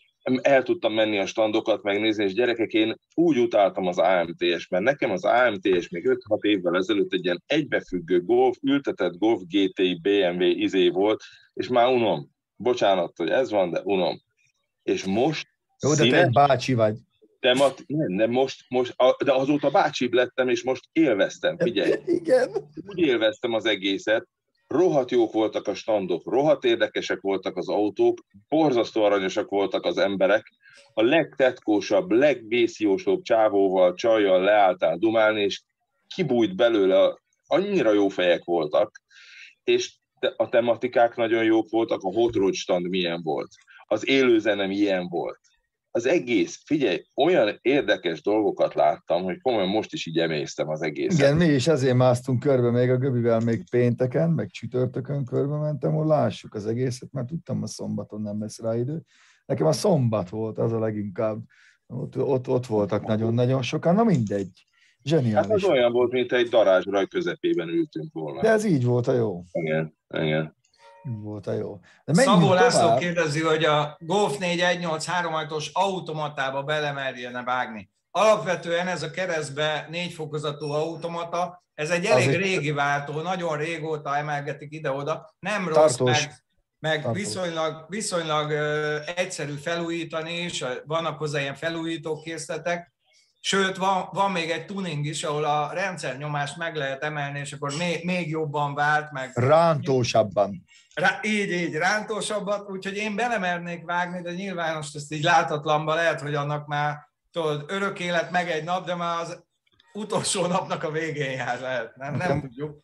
el tudtam menni a standokat megnézni, és gyerekek, én úgy utáltam az á em té es, mert nekem az á em té es még öt-hat évvel ezelőtt egy ilyen egybefüggő golf, ültetett golf gé té i bé em vé izé volt, és már unom. Bocsánat, hogy ez van, de unom. És most... Jó, de te egy bácsi vagy. Temat, nem, de most, most, de azóta bácsibb lettem, és most élveztem, figyelj. Igen. Úgy élveztem az egészet, rohadt jók voltak a standok, rohadt érdekesek voltak az autók, borzasztó aranyosak voltak az emberek, a legtetkósabb, legvészjósabb csávóval, csajjal leálltál dumálni, és kibújt belőle, annyira jó fejek voltak, és a tematikák nagyon jók voltak, a hot rod stand milyen volt, az élőzene milyen volt. Az egész, figyelj, olyan érdekes dolgokat láttam, hogy komolyan most is így emésztem az egészet. Igen, mi is ezért másztunk körbe, még a Göbivel még pénteken, meg csütörtökön körbe mentem, hogy lássuk az egészet, mert tudtam, a szombaton nem lesz rá idő. Nekem a szombat volt az a leginkább, ott, ott, ott voltak nagyon-nagyon sokan, na mindegy. Zseniális. Hát az olyan volt, mint egy darázsraj közepében ültünk volna. De ez így volt a jó. Igen, igen. Volt a jó. Szabó László kérdezi, hogy a Golf négy egy nyolc három ajtós automatába belemerjene vágni. Alapvetően ez a keresztbe négy fokozatú automata, ez egy elég Azért... régi váltó, nagyon régóta emelgetik ide-oda, nem rossz, Tartós. meg, meg viszonylag, viszonylag uh, egyszerű felújítani is, vannak hozzá ilyen felújítókészletek, sőt, van, van még egy tuning is, ahol a rendszernyomást meg lehet emelni, és akkor még, még jobban vált, meg... Rántósabban. Rá, így, így, rántósabbat, úgyhogy én belemernék vágni, de nyilván most ezt így láthatlanban lehet, hogy annak már tudod, örök élet meg egy nap, de már az utolsó napnak a végén jár lehet, nem, nem tudjuk.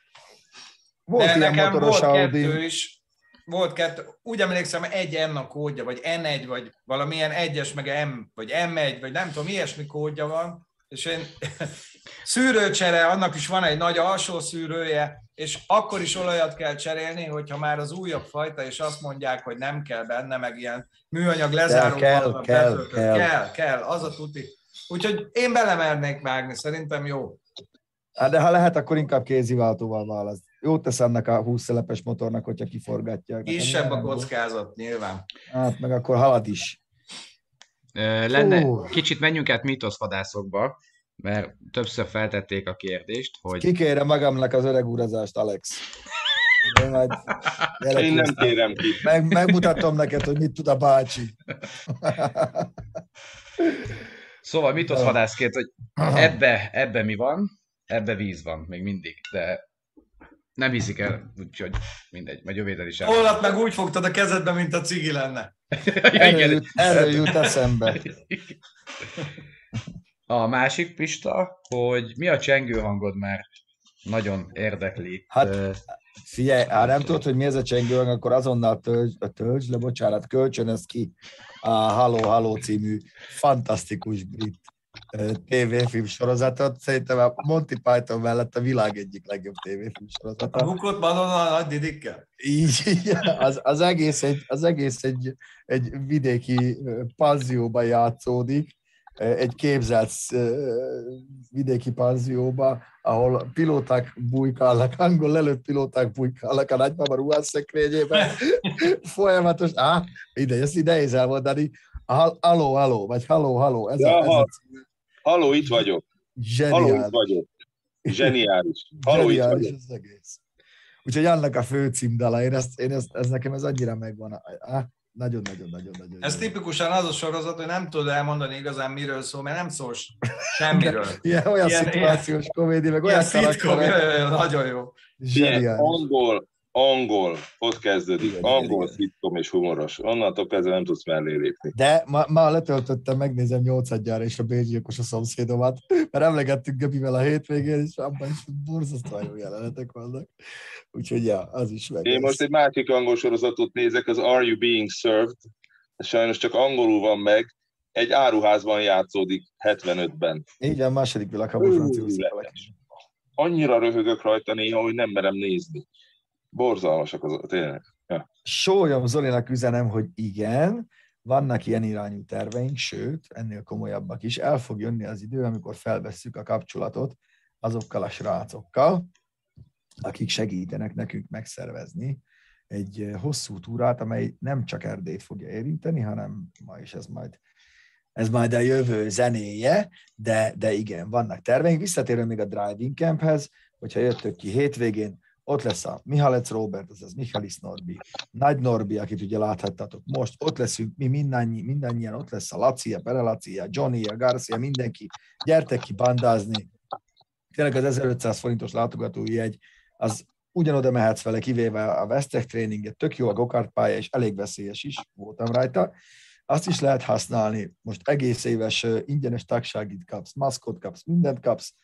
Volt de nekem volt Audi. kettő is, volt kettő, úgy emlékszem, egy M a kódja, vagy en egy, vagy valamilyen egyes, meg M, vagy em egy, vagy nem tudom, ilyesmi kódja van, és én szűrőcsere, annak is van egy nagy alsó szűrője, és akkor is olajat kell cserélni, hogyha már az újabb fajta, és azt mondják, hogy nem kell benne, meg ilyen műanyag lezáró. Kell, kell, kell, kell, kell, az a tuti. Úgyhogy én belemernék vágni, szerintem jó. Hát de ha lehet, akkor inkább kéziváltóval választ. Jót tesz ennek a húsz szelepes motornak, hogyha kiforgatják. Kisebb a kockázat, nyilván. Hát meg akkor halad is. Lenne, uh. kicsit menjünk át mítoszvadászokba, mert többször feltették a kérdést, hogy... Kikérem magamnak az öreg urazást, Alex. Majd, Én nem kérem ki. Meg, megmutatom neked, hogy mit tud a bácsi. Szóval mítoszvadászként, hogy ebbe, ebbe mi van, ebbe víz van, még mindig, de nem hiszik el, úgyhogy mindegy, majd jövétel is el. Holnap meg úgy fogtad a kezedbe, mint a cigi lenne. Erről jut, erről jut eszembe. A másik, Pista, hogy mi a csengő hangod, mert nagyon érdekli. Hát figyelj, ha nem tudod, hogy mi ez a csengő hang, akkor azonnal töltsd, töltsd le, bocsánat, kölcsönöz ki a Halló Halló című fantasztikus brit tévéfilm sorozatot. Szerintem a Monty Python mellett a világ egyik legjobb tévéfilm sorozata. A bukott Madonna a nagy Didikkel? Így, így az, az, egész, egy, az egész egy, egy vidéki panzióban játszódik, egy képzelt vidéki panzióba, ahol pilóták bujkálnak, angol lelőtt pilóták bujkálnak a nagymama ruhásszekrényében. Folyamatos, á, ide, ezt ide nehéz elmondani. Aló, aló, vagy haló, haló. Ez ja, a, ez a haló, itt vagyok. Zseniális. Haló, itt vagyok. Zseniális. Haló, Zseniális itt az egész. Úgyhogy annak a fő címdala, én ezt, én ezt, ez nekem ez annyira megvan. Á, Nagyon-nagyon-nagyon-nagyon. Ez tipikusan az a sorozat, hogy nem tudod elmondani igazán miről szól, mert nem szól semmiről. Ilyen, olyan ilyen, szituációs komédia, meg olyan karakterek. Nagyon jó. Ilyen, angol, angol, ott kezdődik. Igen, angol, szitkom és humoros. Onnantól kezdve nem tudsz mellé lépni. De ma, ma letöltöttem, megnézem nyolcadjára is a Bécsgyilkos a szomszédomat, mert emlegettünk Göbivel a hétvégén, és abban is borzasztóan jó jelenetek vannak. Úgyhogy ja, az is meg. Én most egy másik angol sorozatot nézek, az Are You Being Served? Sajnos csak angolul van meg. Egy áruházban játszódik hetvenötben. Így van, második világháború franciaországban. Annyira röhögök rajta néha, hogy nem merem nézni. Borzalmasak az, tényleg. Ja. Sólyom Zolinak üzenem, hogy igen, vannak ilyen irányú terveink, sőt, ennél komolyabbak is. El fog jönni az idő, amikor felvesszük a kapcsolatot azokkal a srácokkal, akik segítenek nekünk megszervezni egy hosszú túrát, amely nem csak Erdélyt fogja érinteni, hanem ma is ez majd, ez majd a jövő zenéje, de, de igen, vannak terveink. Visszatérünk még a Driving Camphez, hogyha jöttök ki hétvégén, ott lesz a Mihalec Robert, azaz Michalis Norbi, Nagy Norbi, akit ugye láthattatok most, ott leszünk mi mindannyi, mindannyian, ott lesz a Laci, a Perelaci, a Johnny, a Garcia, mindenki, gyertek ki bandázni. Tényleg az ezerötszáz forintos látogatói jegy, az ugyanoda mehetsz vele, kivéve a Vesztek tréninget, tök jó a go-kart pálya, és elég veszélyes is, voltam rajta. Azt is lehet használni, most egész éves ingyenes tagságit kapsz, maszkot kapsz, mindent kapsz.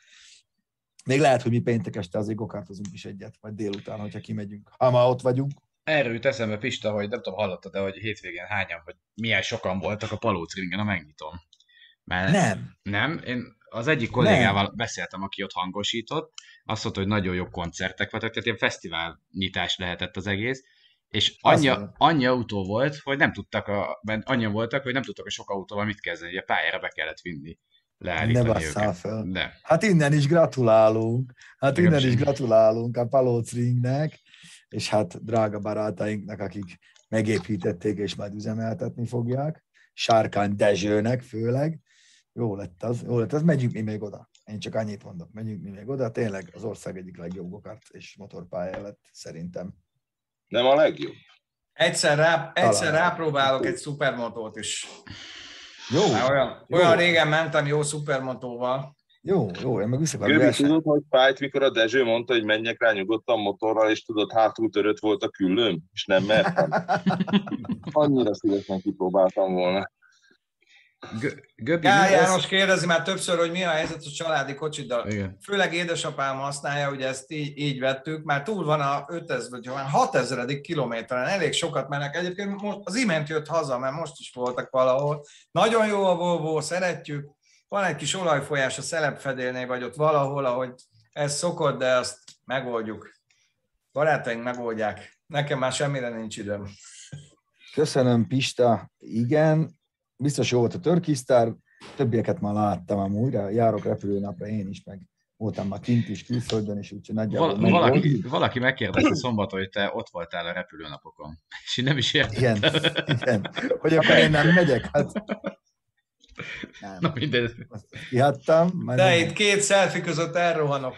Még lehet, hogy mi péntek este azért go-kartozunk is egyet, vagy délután, hogyha kimegyünk, ha már ott vagyunk. Erről jut eszembe, Pista, hogy nem tudom, hallottad, de hogy hétvégén hányan, vagy milyen sokan voltak a Palóc-ringen, a megnyitom. Mert nem. Nem? Én az egyik kollégával nem. beszéltem, aki ott hangosított, azt mondta, hogy nagyon jó koncertek voltak, tehát ilyen fesztivál nyitás lehetett az egész, és annyi, annyi autó volt, hogy nem tudtak, a, annyian voltak, hogy nem tudtak a sok autóval mit kezdeni, hogy a pályára be kellett vinni. Ne basszál fel. De. Hát innen is gratulálunk, hát Nekem innen sem. is gratulálunk a Palóc Ringnek, és hát drága barátainknak, akik megépítették és majd üzemeltetni fogják, Sárkány Dezsőnek főleg. Jó lett az, jó lett az, megyünk mi még oda. Én csak annyit mondok, megyünk mi még oda, tényleg az ország egyik legjobb go-kart és motorpálya lett, szerintem. Nem a legjobb? Egyszer, rá, egyszer rápróbálok egy szupermotót is. Jó. Olyan, jó. olyan régen mentem jó szupermotóval. Jó, jó, én meg vissza akarok versenyt. Tudod, hogy fájt, mikor a Dezső mondta, hogy menjek rá nyugodtan motorral, és tudod, hátul törött volt a küllőm, és nem mertem. Annyira szívesen kipróbáltam volna. Göbi, Kár János kérdezi már többször, hogy mi a helyzet a családi kocsiddal. Igen. Főleg édesapám használja, hogy ezt így, így vettük, már túl van a ötezer, vagy hatezer kilométeren, elég sokat mennek. Egyébként most az imént jött haza, mert most is voltak valahol. Nagyon jó a Volvo, szeretjük. Van egy kis olajfolyás a szelepfedélnél, vagy ott valahol, ahogy ez szokott, de azt megoldjuk. Barátaink megoldják. Nekem már semmire nincs időm. Köszönöm, Pista. Igen. Biztos jó volt a Turkey Star, többieket már láttam amúgy, járok repülőnapra én is, meg voltam már kint is, külföldön is, úgyhogy nagyjából Val- valaki, valaki megkérdezte szombaton, hogy te ott voltál a repülőnapokon, és én nem is értettem. Igen, igen. Hogy akkor én nem megyek? Hát... Nem. Na mindegy. Kihattam. De nem. Itt két selfie között elrohanok.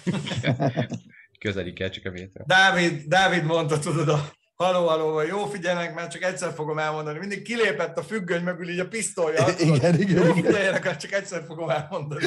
Közeli kell csak a vétel. Dávid, Dávid mondta, tudod, a haló, haló, jó figyeljenek, mert csak egyszer fogom elmondani. Mindig kilépett a függöny mögül így a pisztolya. Igen, igen, jó figyeljenek, mert csak egyszer fogom elmondani.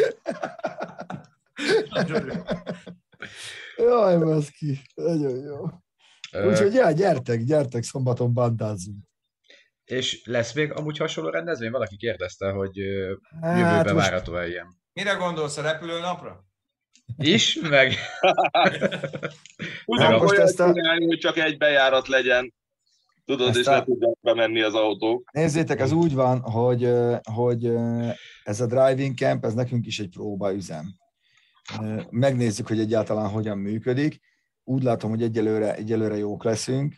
Nagyon jó. Jaj, baszki, nagyon jó. Úgyhogy ja, gyertek, gyertek, szombaton bandázzunk. És lesz még amúgy hasonló rendezvény? Valaki kérdezte, hogy hát jövőben most... várható-e ilyen. Mire gondolsz, a repülőnapra? Is, meg... Ugyan most ezt a... csinálni, hogy csak egy bejárat legyen. Tudod, és nem tudják bemenni az autók. Nézzétek, ez úgy van, hogy, hogy ez a driving camp, ez nekünk is egy próbaüzem. Megnézzük, hogy egyáltalán hogyan működik. Úgy látom, hogy egyelőre, egyelőre jók leszünk.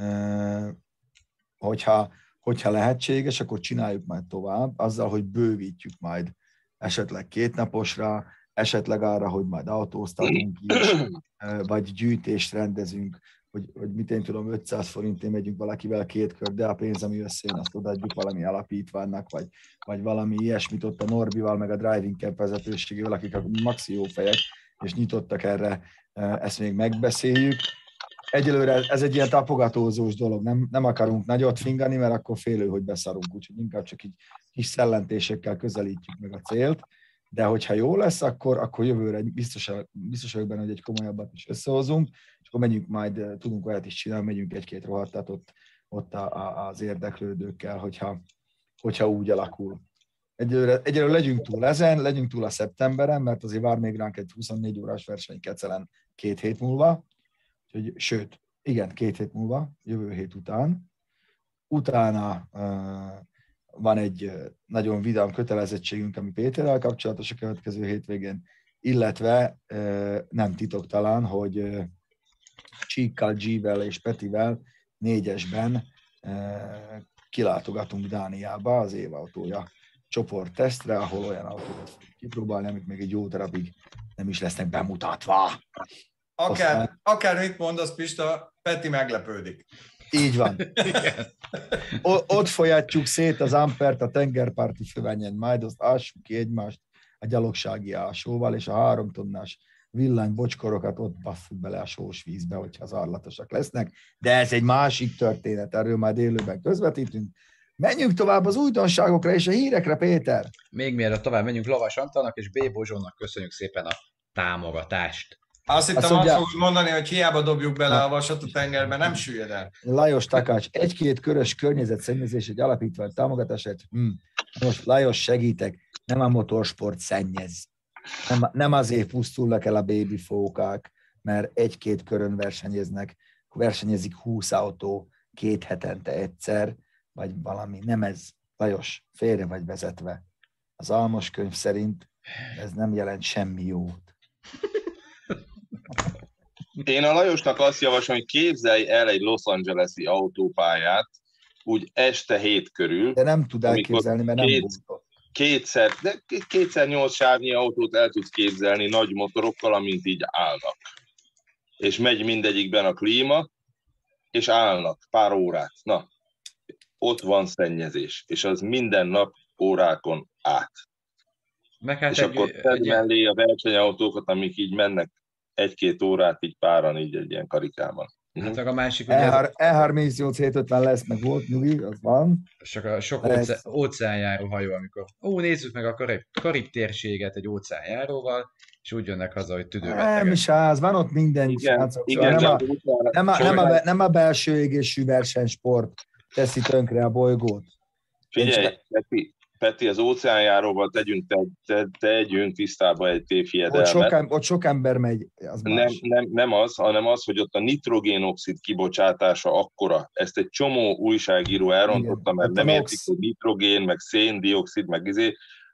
Hogyha, hogyha lehetséges, akkor csináljuk majd tovább, azzal, hogy bővítjük majd esetleg kétnaposra, esetleg arra, hogy majd autóztatunk is, vagy gyűjtést rendezünk, hogy, hogy mit én tudom, ötszáz forintért megyünk valakivel két kör, de a pénz, ami összejön, azt odaadjuk valami alapítványnak, vagy, vagy valami ilyesmit ott a Norbival, meg a Driving Camp vezetőségével, akik a maxi jó fejek, és nyitottak erre, ezt még megbeszéljük. Egyelőre ez egy ilyen tapogatózós dolog, nem, nem akarunk nagyot fingani, mert akkor félő, hogy beszarunk, úgyhogy inkább csak így kis szellentésekkel közelítjük meg a célt, de hogyha jó lesz, akkor, akkor jövőre biztos, biztos vagyok benne, hogy egy komolyabbat is összehozunk, és akkor megyünk majd, tudunk olyat is csinálni, megyünk egy-két rohadtat ott, ott a, a, az érdeklődőkkel, hogyha, hogyha úgy alakul. Egyelőre, egyelőre legyünk túl ezen, legyünk túl a szeptemberen, mert azért vár még ránk egy huszonnégy órás verseny Kecelen két hét múlva, úgyhogy, sőt, igen, két hét múlva, jövő hét után. Utána uh, van egy nagyon vidám kötelezettségünk, ami Péterrel kapcsolatos a következő hétvégén, illetve uh, nem titok talán, hogy uh, Csíkkal, G-vel és Petivel négyesben uh, kilátogatunk Dániába az évautója csoporttesztre, ahol olyan autókat fogjuk kipróbálni, amik még egy jó darabig nem is lesznek bemutatva. Akár, Aztán... akár mit mondasz, Pista, Peti meglepődik. Így van. O- ott folyatjuk szét az Ampert a tengerparti fövenyen, majd azt ássuk ki egymást a gyalogsági ásóval, és a három tonnás villanybocskorokat ott basszuk bele a sós vízbe, hogyha zárlatosak lesznek. De ez egy másik történet, erről majd élőben közvetítünk. Menjünk tovább az újdonságokra és a hírekre, Péter. Még mielőtt tovább menjünk, Lovas Antalnak és B. Bozsónak köszönjük szépen a támogatást. Azt hittem, azt, mondja... azt fogod mondani, hogy hiába dobjuk bele a vasat a tengerbe, nem süllyed el. Lajos Takács, egy-két körös környezetszennyezés egy alapítvány támogatását. Hm. Most Lajos, segítek, nem a motorsport szennyez. Nem, nem azért pusztulnak el a babyfókák, mert egy-két körön versenyeznek, versenyezik húsz autó két hetente egyszer, vagy valami. Nem ez. Lajos, félre vagy vezetve. Az Almos könyv szerint ez nem jelent semmi jót. Én a Lajosnak azt javaslom, hogy képzelj el egy Los Angeles-i autópályát, úgy este hét körül. De nem tud elképzelni, mert nem két, volt. Kétszer, de kétszer nyolc sávnyi autót el tudsz képzelni nagy motorokkal, amint így állnak. És megy mindegyikben a klíma, és állnak pár órát. Na, ott van szennyezés, és az minden nap órákon át. Meg hát és egy, akkor tedd mellé a versenyautókat, amik így mennek egy-két órát így páran, így egy ilyen karikában. Hát a másik, ugye... E harmincnyolc hétszázötven lesz, meg volt nyugi, az van. Csak a sok óce- óceánjáró hajó, amikor ó, nézzük meg a Karib, Karib térséget egy óceánjáróval, és úgy jönnek haza, hogy tüdőbe. Nem is az, van ott minden. Igen, igen, nem, a, nem, a, nem, a, nem a belső égésű versenysport teszi tönkre a bolygót. Figyelj, Peti, Peti, az óceánjáróval tegyünk, te, te, tegyünk tisztába egy tévhiedelmet. Ott sok, ott sok ember megy. Az nem, nem, nem az, hanem az, hogy ott a nitrogénoxid kibocsátása akkora. Ezt egy csomó újságíró elrontotta, mert nem értik, hogy nitrogén, meg széndioxid, meg izé,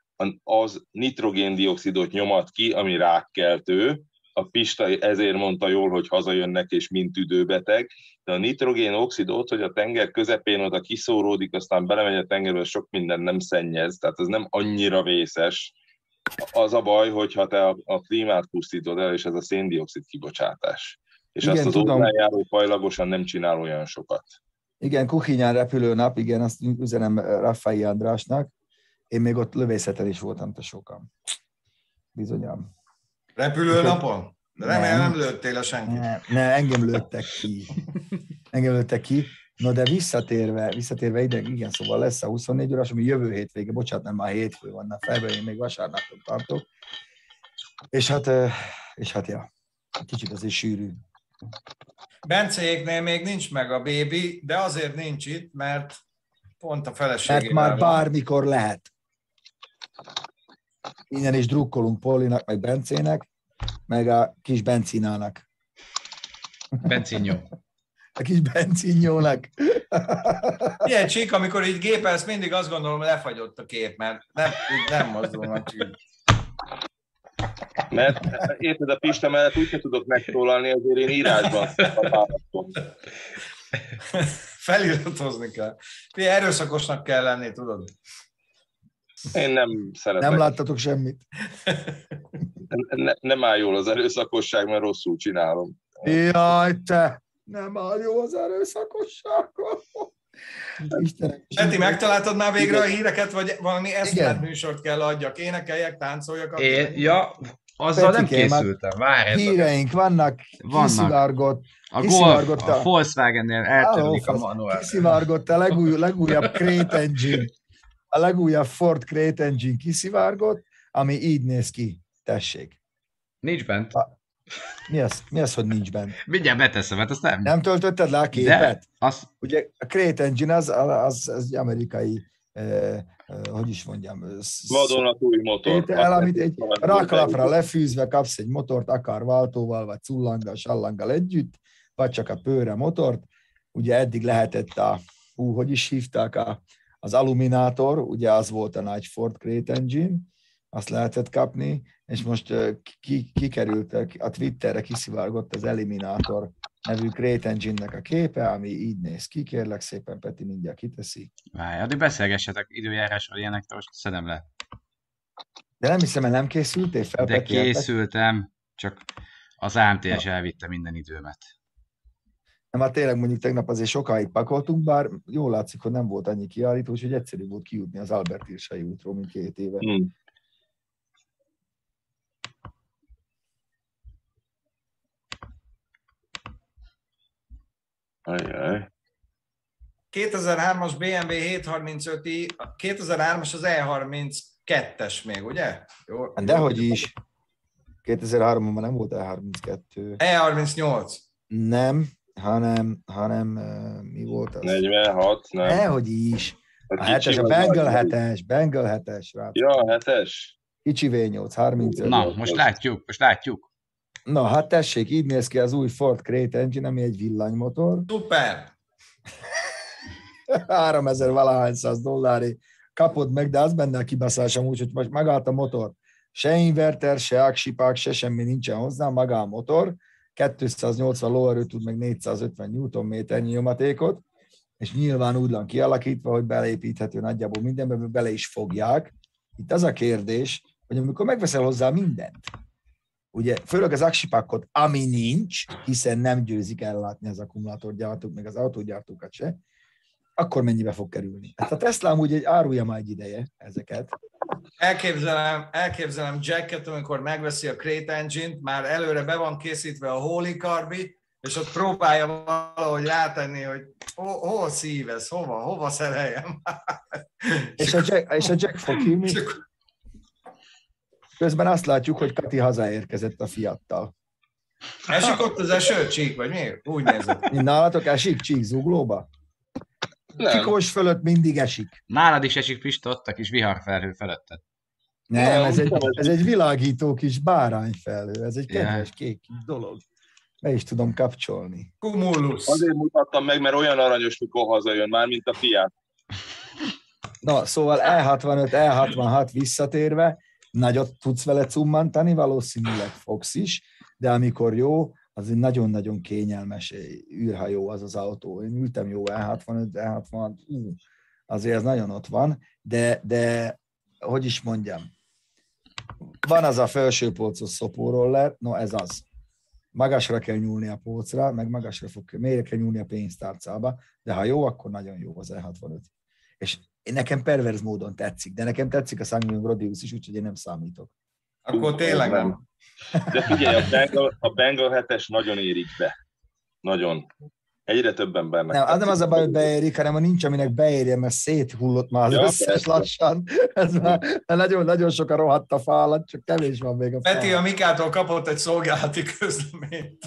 az nitrogéndioxidot nyomat ki, ami rákkeltő. A Pista ezért mondta jól, hogy hazajönnek és mint tüdőbeteg, de a nitrogén-oxid ott, hogy a tenger közepén oda kiszóródik, aztán belemegy a tengerbe, sok minden nem szennyez, tehát ez nem annyira vészes. Az a baj, hogyha te a, a klímát pusztítod el, és ez a széndioxid kibocsátás. És igen, azt az óceánjáró fajlagosan nem csinál olyan sokat. Igen, Kuchinyán repülőnap, igen, azt üzenem Raffai Andrásnak. Én még ott lövészeten is voltam, te sokan. Bizonyám. Repülőnapon? Remélem nem lőttél a senkit. Ne, ne, engem lőttek ki. Engem lőttek ki. No, de visszatérve, visszatérve ide, igen, szóval lesz a huszonnégy órás, ami jövő hétvége, bocsánat, nem már hétfő vannak felben, én még vasárnaptól tartok. És hát, és hát, ja, kicsit azért sűrű. Bencéjéknél még nincs meg a bébi, de azért nincs itt, mert pont a feleségével Mert már bármikor lehet. Innen is drukkolunk Polinak, meg Bencének, meg a kis Bencinának. Bencinnyó. a kis benzinnyónak. Ilyen csík, amikor így gépelsz, mindig azt gondolom, lefagyott a kép, mert nem, nem mozdul a csík. Mert érted, a Pista mellett úgy se tudok megszólalni, azért én írásban választom. Feliratozni kell. Ti erőszakosnak kell lenni, tudod? Én nem szeretek. Nem láttatok semmit. Ne, nem áll jól az erőszakosság, mert rosszul csinálom. Jaj, te! Nem áll jó az erőszakossággal. Istenem. Peti, megtaláltad már végre a híreket, vagy valami eszmélet műsort kell adjak? Énekeljek, táncoljak? É, ja, azzal nem Petikém, készültem. Várj, híreink vannak, Vannak. kiszivárgott, a kiszivárgott Golf, a Volkswagennél eltörlik a manuál. Kiszivárgott a legúj, legújabb Crate Engine, a legújabb Ford Crate Engine kiszivárgott, ami így néz ki. Tessék. Nincs bent. Mi az, mi az, hogy nincs bent? Mindjárt beteszem, hát azt nem. Nem töltötted le a képet? De, az... Ugye a Crate Engine az, az, az egy amerikai, eh, eh, hogy is mondjam, vadonatúj motor. El, amit egy raklapra lefűzve kapsz egy motort, akár váltóval, vagy cullanggal, sallanggal együtt, vagy csak a pőre motort. Ugye eddig lehetett a, hú, hogy is hívták, a, az aluminátor, ugye az volt a nagy Ford Crate Engine, azt lehetett kapni, és most ki, kikerült a Twitterre, kiszivárgott az Eliminator nevű Crate Engine-nek a képe, ami így néz ki, kérlek szépen, Peti mindjárt kiteszi. Várj, addig beszélgessetek időjárásról ilyenek, most szedem le. De nem hiszem, mert nem készültél fel, De Peti, készültem, csak az á em té es elvitte minden időmet. Nem, hát tényleg mondjuk tegnap azért sokáig pakoltunk, bár jól látszik, hogy nem volt annyi kiállító, úgyhogy egyszerű volt kijutni az Albert Irsai útról, mint két éve. Hmm. Ajaj. kétezer-hármas bé em vé hétszázharmincöt i, kétezer-hármas az E harminckettes még, ugye? Jó, Dehogy is. kétezer-háromban nem volt E harminckettő. E harmincnyolc. Nem, hanem, hanem mi volt az? negyvenhat, nem? Dehogy is. A A hetes, a Bengal hetes, Bengal hetes. Ja, a hetes. Kicsi vé nyolc, harmincöt. Na, most látjuk, most látjuk. Na, hát tessék, így néz ki az új Ford Crate Engine, ami egy villanymotor. Szuper! háromezer valahány száz dollári kapod meg, de az benne a kibaszás amúgy, hogy most megállt a motor. Se inverter, se aksipák, se semmi nincsen hozzá, maga a motor. kétszáznyolcvan lóerő tud meg négyszázötven newtonméternyi nyomatékot, és nyilván úgy van kialakítva, hogy beleépíthető nagyjából mindenbe, bele is fogják. Itt az a kérdés, hogy amikor megveszel hozzá mindent, ugye főleg az aksipákot, ami nincs, hiszen nem győzik ellátni az akkumulátorgyártók, meg az autógyártókat se, akkor mennyibe fog kerülni? Hát a Tesla amúgy egy árulja már egy ideje ezeket. Elképzelem, elképzelem Jacket, amikor megveszi a Crate Engine-t, már előre be van készítve a Holy Carby, és ott próbálja valahogy rátenni, hogy hol, hol szívez, hova, hova szereljem. és, a Jack, és a Jack fog hívni. Közben azt látjuk, hogy Kati hazaérkezett a Fiattal. Esik ott az eső, Csík, vagy mi? Úgy nézett. Nálatok esik Csík zuglóba? Csikós fölött mindig esik. Nálad is esik, Pista, ott a kis viharfelhő feletted. Nem, ez egy, ez egy világító kis bárányfelhő, ez egy kedves kék dolog. Be is tudom kapcsolni. Cumulus. Azért mutattam meg, mert olyan aranyos, mikor hazajön már, mint a Fiat. Na, szóval E hatvanöt, E hatvanhat visszatérve, nagyot tudsz vele cummantani, valószínűleg fogsz is, de amikor jó, az egy nagyon-nagyon kényelmes űrhajó az az autó. Én ültem jó E hatvanöt, E hatvanhat, ú, azért ez nagyon ott van, de, de hogy is mondjam, van az a felsőpolcos szopóroller, no ez az. Magasra kell nyúlni a polcra, meg magasra fog, mélyre kell nyúlni a pénztárcába, de ha jó, akkor nagyon jó az E hatvanöt. És nekem perverz módon tetszik, de nekem tetszik a Sanguinium Rodius is, úgyhogy én nem számítok. Akkor tényleg nem. De figyelj, a Bengal, a Bengal hetes nagyon érik be. Nagyon. Egyre több embernek. Nem, az nem az a baj, hogy beérik, hanem ha nincs, aminek beérje, mert széthullott már az ja, összes persze. Lassan. Ez már nagyon-nagyon sokan rohadt a fá alatt, csak kevés van még a fá. Peti a Mikától kapott egy szolgálati közleményt.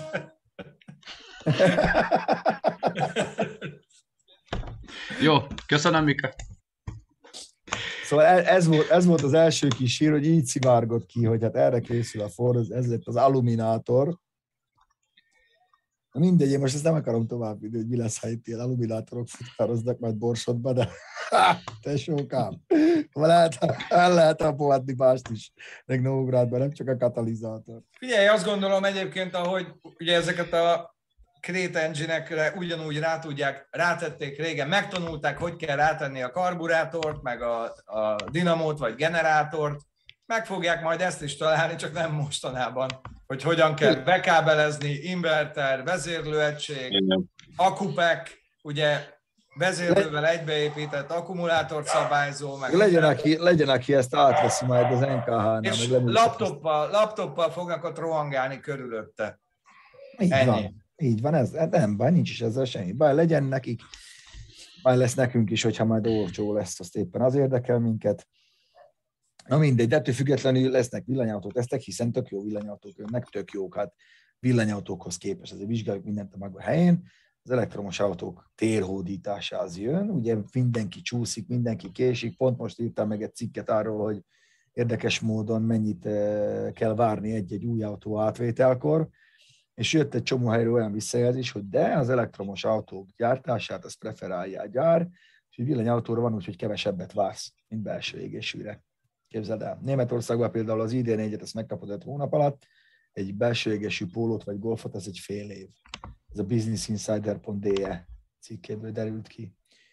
Jó, köszönöm, Mika. Szóval ez volt, ez volt az első kis hír, hogy így szivárgott ki, hogy hát erre készül a Ford, ez lett az aluminátor. Mindegy, én most ezt nem akarom tovább vinni, hogy mi lesz, ha itt ilyen aluminátorok futkároznak majd Borsodba, de tesókám, lehet, el lehet abbohatni mást is, meg Nógrádban, nem csak a katalizátor. Figyelj, azt gondolom egyébként, ahogy ugye ezeket a Crate engine-ekre ugyanúgy rá tudják, rátették régen, megtanulták, hogy kell rátenni a karburátort, meg a, a dinamót, vagy generátort, meg fogják majd ezt is találni, csak nem mostanában, hogy hogyan kell bekábelezni, inverter, vezérlőegység, akupek, ugye vezérlővel egybeépített akkumulátorszabályzó, meg legyen aki, legyen, aki ezt átveszi majd az en ká há-nál. és laptoppal, laptoppal fognak ott rohangálni körülötte. Így Ennyi. van. Így van, ez, nem baj, nincs is ezzel semmi. Baj, legyen nekik, baj lesz nekünk is, hogyha majd olcsó lesz, azt éppen az érdekel minket. Na mindegy, de ettől függetlenül lesznek villanyautó tesztek, hiszen tök jó villanyautók önnek, tök jók, hát villanyautókhoz képest. Ezért vizsgáljuk mindent a maga helyén. Az elektromos autók térhódításához jön, ugye mindenki csúszik, mindenki késik, pont most írtam meg egy cikket arról, hogy érdekes módon mennyit kell várni egy-egy új autó átvételkor, és jött egy csomó helyről olyan visszajelzés, hogy de az elektromos autók gyártását, azt preferálja a gyár, és egy villanyautóra van úgy, hogy kevesebbet vársz, mint belső égésűre. Képzeld el. Németországban például az i dé négyet ezt megkapod öt hónap alatt, egy belső égésű pólót vagy golfot, ez egy fél év. Ez a business insider pont d e cikkéből derült ki.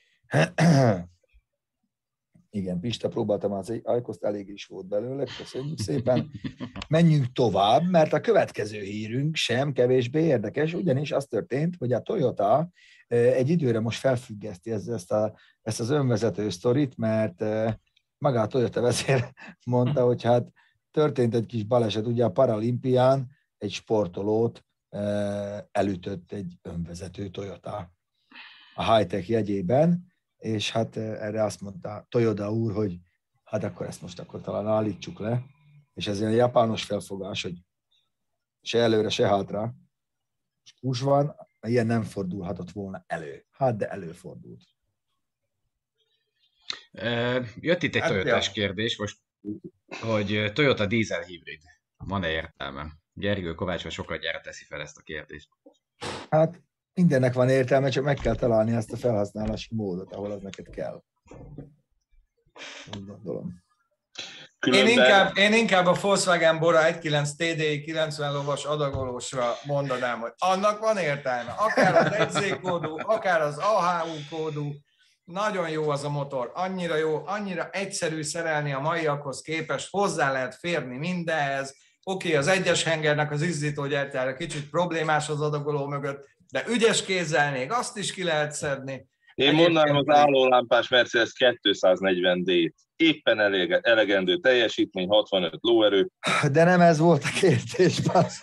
Igen, Pista, próbáltam az ajkoszt, elég is volt belőle, köszönjük szépen. Menjünk tovább, mert a következő hírünk sem kevésbé érdekes, ugyanis az történt, hogy a Toyota egy időre most felfüggeszti ezt, a, ezt az önvezető sztorit, mert maga a Toyota vezér mondta, hogy hát történt egy kis baleset, ugye a Paralimpián egy sportolót elütött egy önvezető Toyota a high-tech jegyében, és hát erre azt mondta Toyota úr, hogy hát akkor ezt most akkor talán állítsuk le, és ez ilyen japános felfogás, hogy se előre, se hátra, és kus van, ilyen nem fordulhatott volna elő. Hát, de előfordult. Jött itt egy Hát, Toyotás ja. kérdés, most, hogy Toyota dízel hibrid, van-e értelme? Gergő Kovács sokat gyára teszi fel ezt a kérdést. Hát mindennek van értelme, csak meg kell találni ezt a felhasználási módot, ahol az neked kell. Úgy gondolom. Én inkább, én inkább a Volkswagen Bora egy kilenc té dé i kilencven lovas adagolósra mondanám, hogy annak van értelme. Akár az egy zé kódú, akár az á há u kódú, nagyon jó az a motor, annyira jó, annyira egyszerű szerelni a maiakhoz képest, hozzá lehet férni mindenhez. Oké, okay, az egyes hengernek az izzítógyártára kicsit problémás az adagoló mögött, de ügyes kézzel még azt is ki lehet szedni. Én mondanám az állólámpás Mercedes kétszáznegyven dé-t. Éppen elég, elegendő teljesítmény, hatvanöt lóerő. De nem ez volt a kérdés, bassz.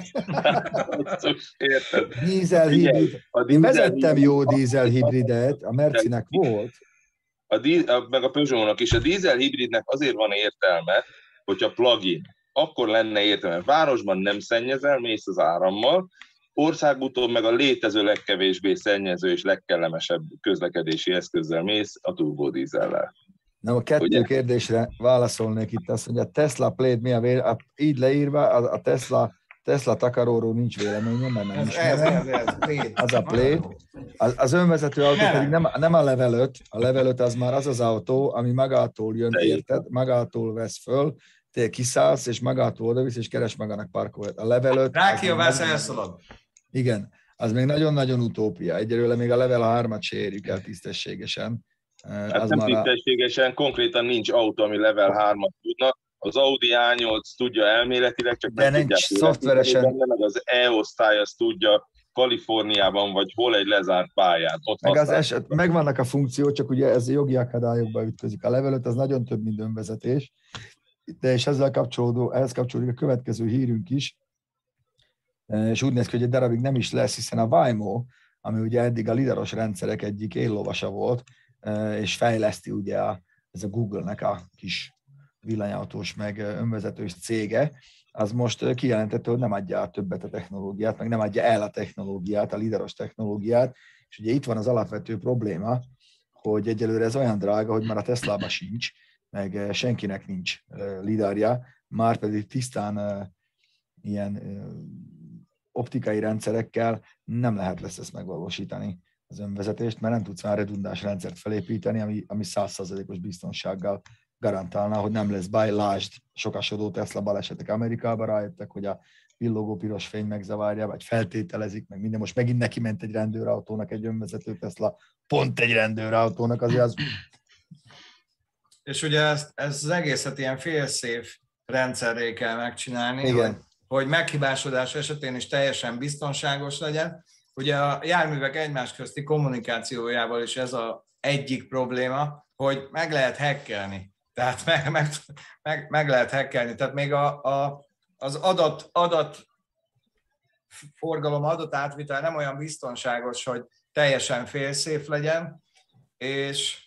Érted? Dízel hibrid. Én vezettem jó dízel hibridet, a Mercinek volt. A díz, meg a Peugeot-nak is. A dízel hibridnek azért van értelme, hogyha plug-in. Akkor lenne értelme. Városban nem szennyezel, mész az árammal, országúton meg a létező legkevésbé szennyező és legkellemesebb közlekedési eszközzel mész, a turbodízellel. Nem, a kettő ugye? Kérdésre válaszolnék itt azt, hogy a Tesla Plate mi a véle, így leírva, a, a Tesla, Tesla takaróról nincs véleményem, mert nem ez, ismerem. ez, ez, ez, az a Plate. Az, az önvezető autó nem. pedig nem, nem a Level öt, a Level öt az már az az autó, ami magától jön, érted, magától vesz föl, te kiszállsz, és magától odavisz, és keres magának parkolót. A Level öt... Rákiabálsz, elszalad. Igen, az még nagyon-nagyon utópia. Egyelőre még a Level hármat se érjük el tisztességesen. Hát az nem tisztességesen, a... konkrétan nincs autó, ami Level hármat tudna. Az Audi á nyolc tudja elméletileg, csak de nem nincs szoftveresen. Benne, meg az E-osztály azt tudja Kaliforniában, vagy hol egy lezárt pályán. Ott meg az eset, megvannak a funkciók, csak ugye ez jogi akadályokba ütközik. A Level öt az nagyon több, mint önvezetés. De és ezzel kapcsolódó, ehhez kapcsolódik a következő hírünk is, és úgy néz ki, hogy egy darabig nem is lesz, hiszen a Waymo, ami ugye eddig a lidaros rendszerek egyik éllovasa volt, és fejleszti ugye a, ez a Google-nek a kis villanyautós meg önvezetős cége, az most kijelentette, hogy nem adja át többet a technológiát, meg nem adja el a technológiát, a lidaros technológiát, és ugye itt van az alapvető probléma, hogy egyelőre ez olyan drága, hogy már a Teslában sincs, meg senkinek nincs lidarja, már pedig tisztán ilyen optikai rendszerekkel nem lehet lesz ezt megvalósítani, az önvezetést, mert nem tudsz már redundáns rendszert felépíteni, ami, ami száz százalékos biztonsággal garantálná, hogy nem lesz baj. Lásd, sokasodó Tesla balesetek Amerikában, rájöttek, hogy a villogó piros fény megzavarja, vagy feltételezik, meg minden. Most megint neki ment egy rendőrautónak, egy önvezető Tesla, pont egy rendőrautónak, azért az... És ugye ezt, ezt az egészet ilyen fail-safe rendszerré kell megcsinálni, Igen. hogy, hogy meghibásodás esetén is teljesen biztonságos legyen. Ugye a járművek egymás közti kommunikációjával is ez az egyik probléma, hogy meg lehet hackelni. Tehát meg, meg, meg, meg lehet hackelni. Tehát még a, a, az adat, adat forgalom, adatátvitel nem olyan biztonságos, hogy teljesen fail-safe legyen, és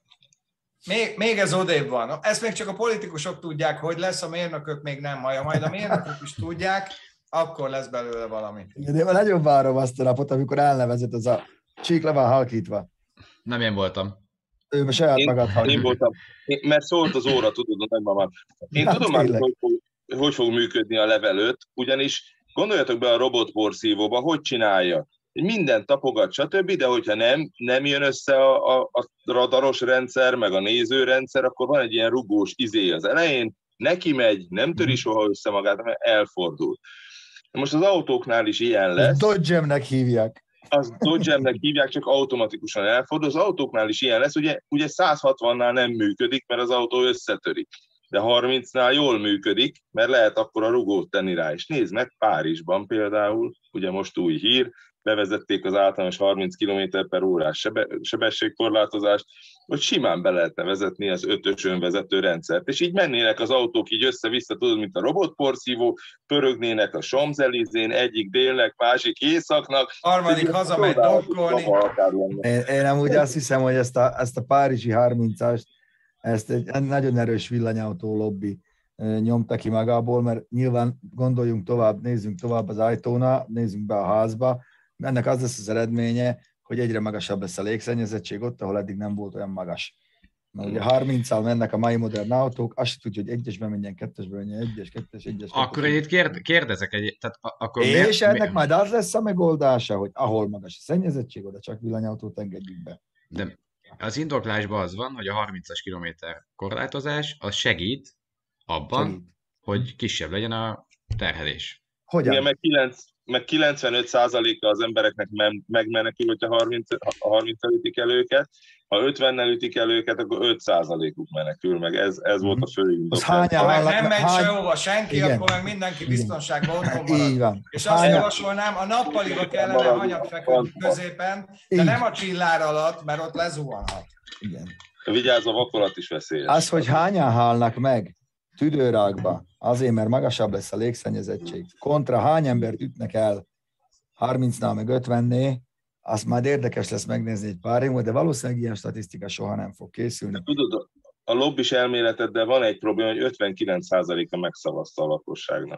Még, még ez odébb van. Ezt még csak a politikusok tudják, hogy lesz, a mérnökök még nem. Majd, majd a mérnökök is tudják, akkor lesz belőle valami. De én nagyon várom azt a napot, amikor elnevezett az a csík le van halkítva. Nem én voltam. Ő most saját Én, magad halkít. én voltam, én, mert szólt az óra, tudod, a nagymamám. Én Hát tudom már, tényleg. hogy, fog- hogy fog működni a level öt, ugyanis gondoljatok be a robotporszívóba, hogy csinálja. Minden tapogat, stb., de hogyha nem, nem jön össze a, a, a radaros rendszer, meg a nézőrendszer, akkor van egy ilyen rugós izé az elején, neki megy, nem töri soha össze magát, mert elfordul. Most az autóknál is ilyen lesz. Dodge-nek hívják. Az Dodge-nek hívják, csak automatikusan elfordul. Az autóknál is ilyen lesz, ugye, ugye száz hatvannál nem működik, mert az autó összetörik. De harmincnál jól működik, mert lehet akkor a rugót tenni rá. És nézd meg, Párizsban például, ugye most új hír, bevezették az általános harminc kilométer per órás sebe, sebességkorlátozást, hogy simán be lehetne vezetni az ötös önvezető rendszert. És így mennének az autók így össze-vissza, tudod, mint a robotporszívó, pörögnének a Champs-Élysén, egyik délnek, másik északnak. Harmadik hazamegy dokkolni. Én, én amúgy azt hiszem, hogy ezt a, ezt a párizsi harmincast, ezt egy nagyon erős villanyautó lobby eh, nyomta ki magából, mert nyilván gondoljunk tovább, nézzünk tovább az ajtónál, nézzünk be a házba, ennek az lesz az eredménye, hogy egyre magasabb lesz a légszennyezettség ott, ahol eddig nem volt olyan magas. Mert ugye harminccal mennek a mai modern autók, azt se tudja, hogy egyesben menjen, kettesben menjen, egyes, kettes, egyes, Akkor kettes. én itt kérd, kérdezek egy... Tehát a- akkor És miért- ennek majd az lesz a megoldása, hogy ahol magas a szennyezettség, oda csak villanyautót engedjük be. De az indoklásban az van, hogy a harmincas kilométer korlátozás az segít abban, Segít. hogy kisebb legyen a terhelés. Hogyan? Igen, meg, kilenc, meg kilencvenöt százaléka az embereknek mem, megmenekül, hogyha harminc, a harminccal ütik el őket. Ha ötvennel ütik el őket, akkor öt százalékuk menekül, meg ez, ez volt a fő indok. Az hányan Ha meg állnak- nem megy hány- sehova senki, Igen. akkor meg mindenki Igen. biztonságban otthon Így marad. van. És azt Hányan- javasolnám, a nappaliba kellene Marad- hanyagfeküdni középen, de Így. nem a csillár alatt, mert ott lezuhanhat. Igen. Vigyázz, a vakolat is veszélyes. Az, hogy hányan halnak meg tüdőrákba, azért, mert magasabb lesz a légszennyezettség, kontra hány embert ütnek el harmincnál meg ötvennél, azt majd érdekes lesz megnézni egy pár évig, de valószínűleg ilyen statisztika soha nem fog készülni. Tudod, a lobbis elméleteddel van egy probléma, hogy ötvenkilenc százaléka megszavazta a lakosságnak.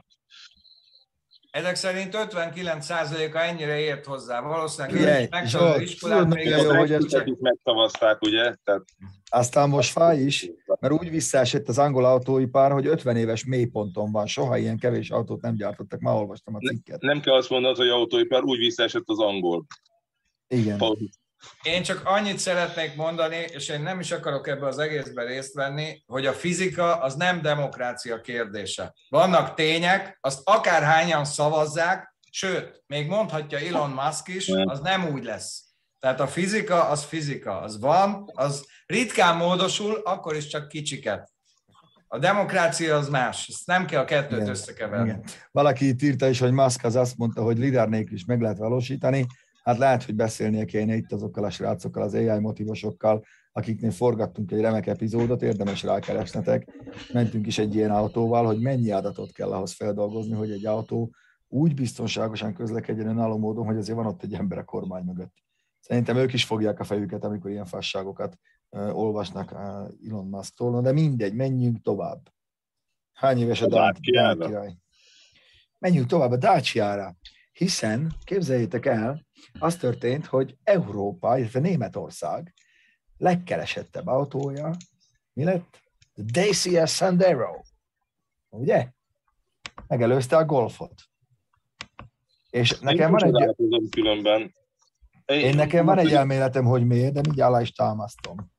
Ezek szerint ötvenkilenc százaléka ennyire ért hozzá. Valószínűleg Figyelj, ő is megfelelő Zsolt, iskolát tudod, még milyen A jó, hogy ez Brexitet csak- is megszavazták, ugye? Tehát Aztán most fáj is, mert úgy visszaesett az angol autóipar, hogy ötven éves mélyponton van. Soha ilyen kevés autót nem gyártottak, már olvastam a cikket. nem kell azt mondanod, hogy autóipar úgy visszaesett az angol. Igen. Én csak annyit szeretnék mondani, és én nem is akarok ebbe az egészben részt venni, hogy a fizika az nem demokrácia kérdése. Vannak tények, azt akárhányan szavazzák, sőt, még mondhatja Elon Musk is, az nem úgy lesz. Tehát a fizika az fizika, az van, az ritkán módosul, akkor is csak kicsiket. A demokrácia az más, ezt nem kell a kettőt Igen. összekeverni. Igen. Valaki itt írta is, hogy Musk az azt mondta, hogy lidar nélkül is meg lehet valósítani. Hát lehet, hogy beszélnie kéne itt azokkal a srácokkal, az á i motivosokkal, akiknél forgattunk egy remek epizódot, érdemes rákeresnetek. Mentünk is egy ilyen autóval, hogy mennyi adatot kell ahhoz feldolgozni, hogy egy autó úgy biztonságosan közlekedjen önálló módon, hogy azért van ott egy ember a kormány mögött. Szerintem ők is fogják a fejüket, amikor ilyen fasságokat uh, olvasnak uh, Elon Musktól, de mindegy, menjünk tovább. Hány éves a A Dán Dacia-ra? Dán király? Menjünk tovább a Dacia-ra, hiszen képzeljétek el, az történt, hogy Európa, illetve Németország legkeresettebb autója, mi lett? A Dacia Sandero. Ugye? Megelőzte a Golfot. És nekem van egy... Különben. Én, én nekem van egy elméletem, hogy miért, de mindjárt alá is támasztom.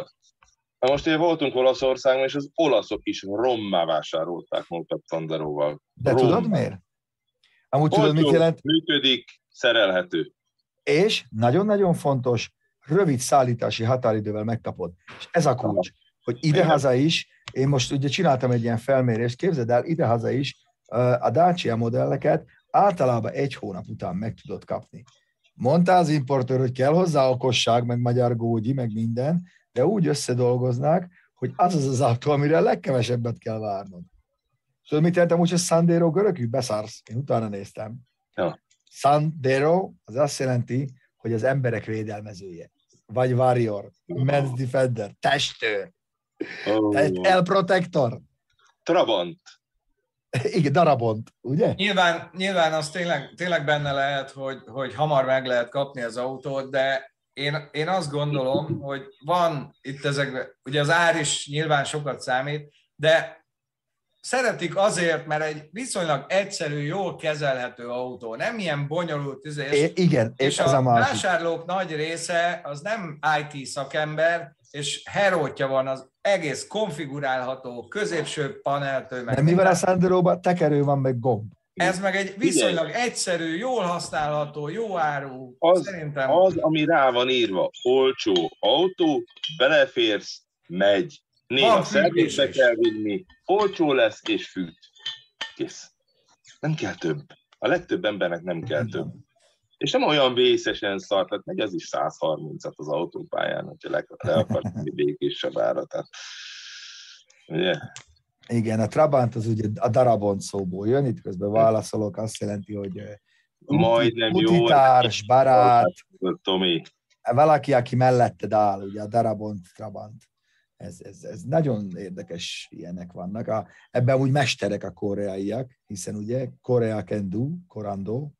Na most ugye voltunk Olaszországban, és az olaszok is rommá vásárolták magukat Sanderoval. De Rom. Tudod miért? Amúgy tudod, mit jelent? Működik, szerelhető. És nagyon-nagyon fontos, rövid szállítási határidővel megkapod. És ez a kulcs, hogy idehaza is, én most ugye csináltam egy ilyen felmérést, képzeld el, idehaza is a Dacia modelleket általában egy hónap után meg tudod kapni. Mondta az importőr, hogy kell hozzá okosság, meg magyar gógyi, meg minden, de úgy összedolgoznák, hogy az az az autó, amire a legkevesebbet kell várnod. Tudod, mit értem úgy, hogy Sandero görögű? Beszársz. Én utána néztem. Ja. Sandero az azt jelenti, hogy az emberek védelmezője. Vagy warrior, men's defender, testőr, oh. elprotector. Trabant. Igen, darabont, ugye? Nyilván, nyilván az tényleg, tényleg benne lehet, hogy, hogy hamar meg lehet kapni az autót, de én, én azt gondolom, hogy van itt ezekben, ugye az ár is nyilván sokat számít, de szeretik azért, mert egy viszonylag egyszerű, jól kezelhető autó, nem ilyen bonyolult üzés. É, igen, és a, a vásárlók nagy része az nem i té szakember, és herótja van az egész konfigurálható, középső paneltől. De mivel a Sanderóban tekerő van, meg gomb. Ez meg egy viszonylag egyszerű, jól használható, jó áru. Az, szerintem. az, ami rá van írva, olcsó autó, beleférsz, megy. Néha szervizbe kell vinni, olcsó lesz és fűt. Kész. Nem kell több. A legtöbb embernek nem kell több. És nem olyan vészesen szart, tehát megy az is száz harmincat az autópályán, hogyha le, le akarsz békésebb ára. Tehát, ugye? Igen, a Trabant az ugye a darabont szóból jön, itt közben válaszolok, azt jelenti, hogy majdnem jó. Utitárs, barát, Tomi. Valaki, aki melletted áll, ugye a darabont, Trabant. Ez, ez, ez nagyon érdekes ilyenek vannak. A, ebben úgy mesterek a koreaiak, hiszen ugye Korea can do, Korando.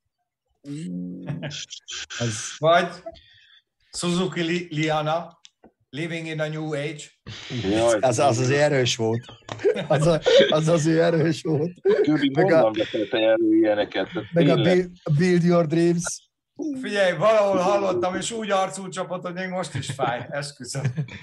Ez... Vagy Suzuki Li- Liana, Living in a New Age. Az az azért erős volt. Az a, az azért erős volt. Meg a, meg a build, build Your Dreams. Figyelj, valahol hallottam, és úgy arcul csapott, hogy még most is fáj. Esküszöm.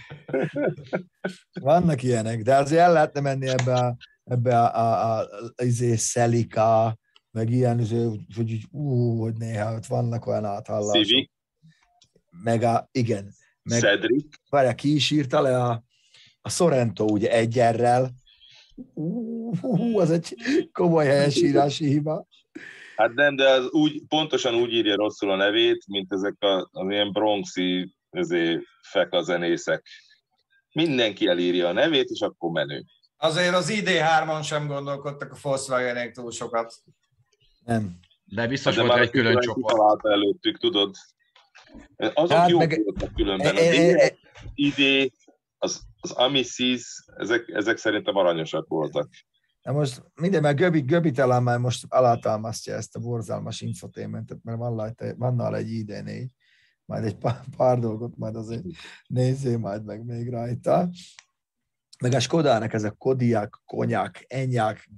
Vannak ilyenek, de azért el lehetne menni ebbe a, ebbe a, a, a, a izé, Celica, meg ilyen, hogy így, ú, hogy néha ott vannak olyan áthallások. Civic. Meg a, igen. Meg, Cedric. Várjál, ki is írta le a, a Sorento, ugye egy errel. Ú, az egy komoly helyesírási hiba. Hát nem, de az úgy, pontosan úgy írja rosszul a nevét, mint ezek a, az ilyen bronxi fekazenészek. Mindenki elírja a nevét, és akkor menő. Azért az i dé hármon sem gondolkodtak a Volkswagenek túl sokat. Nem. De biztos volt egy külön csoport. Előttük, tudod. Azok hát jók meg... voltak különben. Az i dé, az, az Amisis, ezek, ezek szerintem aranyosak voltak. Na most minden, mert Göbi, Göbi talán már most alátámasztja ezt a borzalmas infotainmentet, mert van, rajta, van nála egy i dé négy, majd egy pár, pár dolgot majd azért nézzél majd meg még rajta. Meg a Skodának ez a Kodiak, Konyák, Enyák,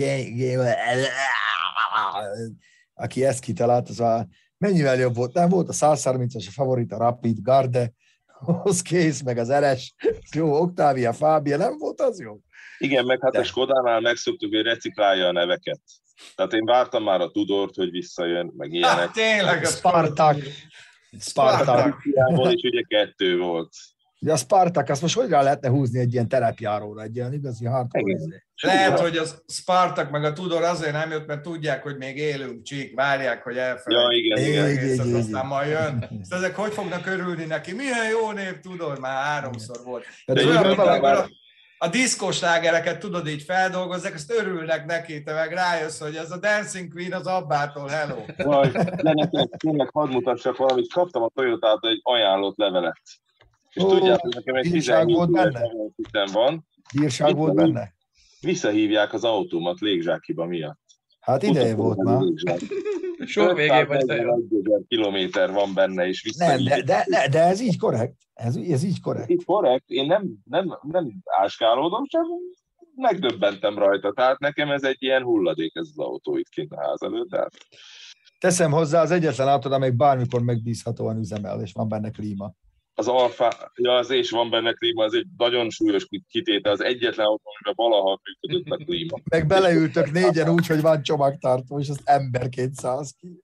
aki ezt kitalált, az a mennyivel jobb volt? Nem volt a száz harmincas a favorit, a Rapid Garde, az kész, meg az er es, jó, Octavia, Fabia, nem volt az jó? Igen, meg hát de. A Skodánál megszoktuk, hogy reciklálja a neveket. Tehát én vártam már a Tudort, hogy visszajön, meg ilyenek. Hát tényleg, a Spartak. Spartak. Spartak. És ugye kettő volt. De a Spartak, azt most hogy rá lehetne húzni egy ilyen terepjáróra, egy ilyen igazi hardcore? Lehet, hogy a Spartak meg a Tudor azért nem jött, mert tudják, hogy még élünk, csík, várják, hogy elfelejt. Ja, igen, igen. igen, igen, igen. Aztán majd jön. Ezt ezek hogy fognak örülni neki? Milyen jó név Tudor? Már háromszor volt. De de olyan, mint a, a diszkos lágereket tudod így feldolgozzák, azt örülnek neki, te meg rájössz, hogy ez a Dancing Queen az Abbától, hello. Jaj, de nekem tényleg hadd mutassak valamit, kaptam a Toyotától egy ajánlott levelet. És oh, tudjátok, nekem egy tizenhét éves van. Bírság volt benne? Visszahívják az autómat légzsákiba miatt. Hát ideje volt már. Sok végén vagy te jó. Kilométer van benne, és visszahívják. Nem, de, de, de ez így korrekt. Ez, ez így korrekt. Itt korrekt. Én nem, nem, nem áskálódom, csak megdöbbentem rajta. Tehát nekem ez egy ilyen hulladék, ez az autó itt kint a ház előtt. Tehát Teszem hozzá, az egyetlen autó, amelyik bármikor megbízhatóan üzemel, és van benne klíma. Az Alfa, ja, az és van benne klíma, az egy nagyon súlyos kitétel, az egyetlen autó, amiben valaha működött a klíma. Meg beleültök négyen úgy, hogy van csomagtartó, és az emberként szállsz ki.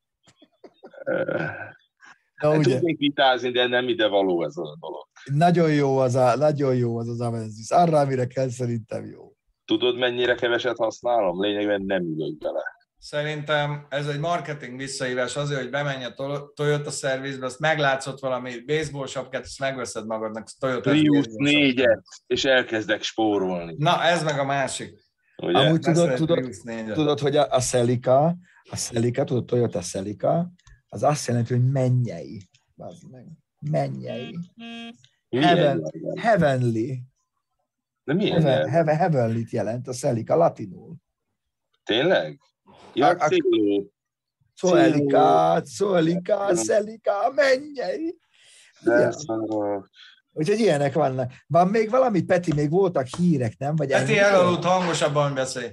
Na, ugye? Tudnék vitázni, de nem ide való ez a dolog. Nagyon jó az a, nagyon jó az, az Avensis. Arra, amire kell, szerintem jó. Tudod, mennyire keveset használom? Lényegben nem ülök bele. Szerintem ez egy marketing visszahívás azért, hogy bemenj a Toyota szervizbe, azt meglátszott valami baseball sapkát, azt megveszed magadnak. Toyota Prius négyet, és elkezdek spórolni. Na, ez meg a másik. Ugye? Amúgy tudod, tudod, tudod, hogy a, a Celica, a Celica, tudod, Toyota Celica, az azt jelenti, hogy mennyei. Mennyei. Heaven, heavenly. De milyen Heaven, heaven, heavenly-t jelent a Celica latinul. Tényleg? Ja, A- a- céló. Celica, Celica, Celica, mennyei. De Ja. szarok. Úgyhogy ilyenek vannak. Van még valami, Peti, még voltak hírek, nem? Vagy Peti ennyi? elaludt, hangosabban beszélj.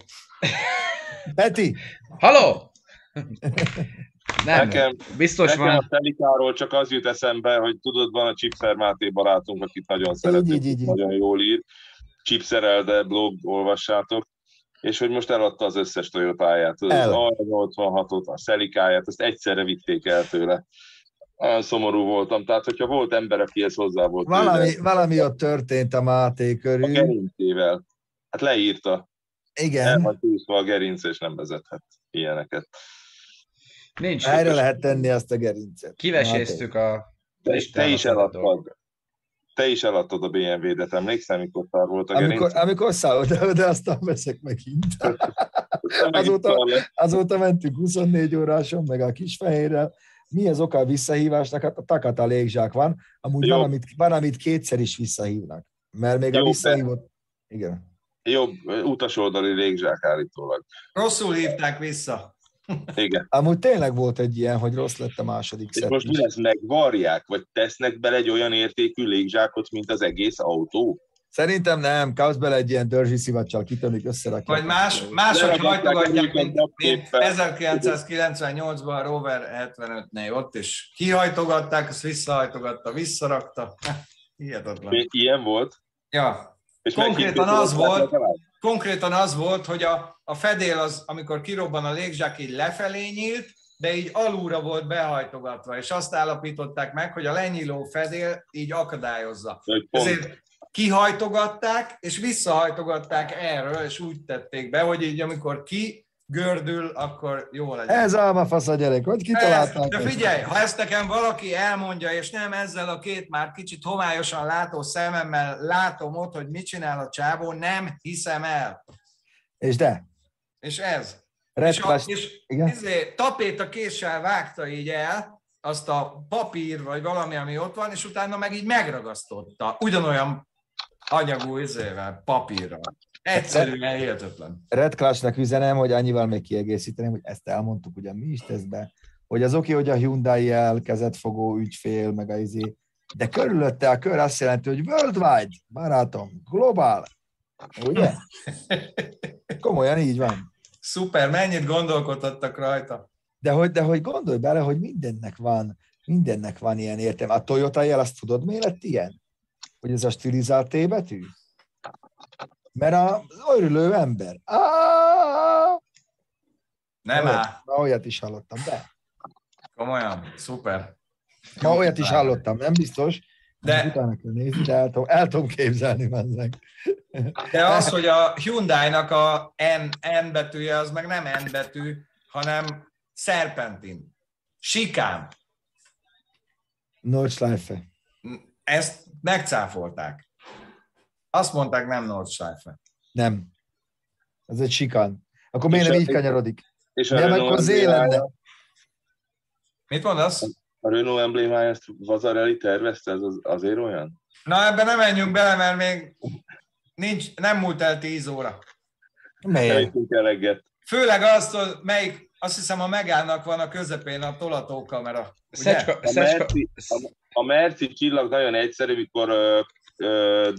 Peti, Halló! Nem, Nekem, biztos nekem van. a Celikáról csak az jut eszembe, hogy tudod, van a Chipser Máté barátunk, akit nagyon szeretünk, így, így, így. nagyon jól ír. Chipserel, de blog, olvassátok. És hogy most eladta az összes Toyotáját, az El. A nyolcvanhatot, a Celikáját, ezt egyszerre vitték el tőle. Olyan szomorú voltam, tehát hogyha volt ember, aki ez hozzá volt valami, tőle, valami ott történt a Máté a körül. gerincével. Hát leírta. El Igen, van túlszva a gerinc, és nem vezethet ilyeneket. Nincs. helyre lehet tenni azt a gerincet. Kiveséztük a Te, listán te is az adott dolgot. eladtad. Te is eladtad a bé em vé-det, emlékszel, mikor pár volt a gerinc? Amikor, amikor száll, de, de aztán veszek megint. Aztán megint azóta- szar lett. Azóta mentünk huszonnégy óráson, meg a Kisfehérrel. Mi az oka a visszahívásnak? Hát a Takata légzsák van. Amúgy Jó. van amit, van, amit kétszer is visszahívnak. Mert még Jó, a visszahívott... Igen. Jobb utasoldali légzsák állítólag. Rosszul hívták vissza. Igen. Amúgy tényleg volt egy ilyen, hogy rossz lett a második És szett most mi is. lesz, megvarják, vagy tesznek bele egy olyan értékű légzsákot, mint az egész autó? Szerintem nem, kapsz bele egy ilyen dörzsi szivacsal, kitömik, összerakják. Vagy más, máshogy Lerakják hajtogatják, őket mint, mint napképpen. ezerkilencszázkilencvennyolcban a Rover hetvenötnél. Ott is kihajtogatták, azt visszahajtogatta, visszarakta. Hihetetlen. Ilyen volt? Ja, És Konkrétan megkísérték az a volt- család? konkrétan az volt, hogy a, a fedél az, amikor kirobban a légzsák, így lefelé nyílt, de így alulra volt behajtogatva, és azt állapították meg, hogy a lenyíló fedél így akadályozza. Hogy pont. Ezért kihajtogatták, és visszahajtogatták erről, és úgy tették be, hogy így amikor ki gördül, akkor jó legyen. Ez álmafasz a gyerek, hogy kitalálták De ezt? figyelj, ha ezt nekem valaki elmondja, és nem ezzel a két már kicsit homályosan látó szememmel látom ott, hogy mit csinál a csávó, nem hiszem el. És de, És ez. Red És, a, Clash, és igen? izé, tapéta késsel vágta így el azt a papír, vagy valami, ami ott van, és utána meg így megragasztotta. Ugyanolyan anyagú izével, papírral. Egyszerűen hihetetlen. Red Clash-nak üzenem, hogy annyival még kiegészíteném, hogy ezt elmondtuk ugyan mi is teszbe, hogy az oké, hogy a Hyundai elkezetfogó ügyfél, meg a izé, de körülötte a kör azt jelenti, hogy worldwide, barátom, globál. Ugye? Komolyan így van. Szuper, mennyit gondolkodtattak rajta. De hogy, de hogy gondolj bele, hogy mindennek van, mindennek van ilyen értelme. A Toyota jel, azt tudod, miért lett ilyen? Hogy ez a stilizált T betű? Mert az örülő ember. Ah! Nem Olyat- áll. Ma olyat is hallottam, de. Komolyan, szuper. Ma olyat is hallottam, nem biztos. De- De utána kell nézni, de el tudom, el tudom képzelni meg. De az, hogy a Hyundai-nak a N, N betűje, az meg nem N betű, hanem szerpentin. Sikán. Nordschleife. Ezt megcáfolták. Azt mondták, nem Nordschleife. Nem. Ez egy sikán. Akkor miért És nem a- így kanyarodik? És a Nem, Renault akkor zé lenne. emblémája, Mit mondasz? a Renault emblémája, ezt Vazarelli tervezte, ez az, azért olyan? Na, ebben nem menjünk bele, mert még nincs, nem múlt el tíz óra. Miért? Elejtünk eleget. Főleg azt, hogy melyik, azt hiszem a Megállnak van a közepén a tolatókamera. Ugye? Szecska, A szecska, Merci, a, a Merci csillag nagyon egyszerű, mikor uh, uh,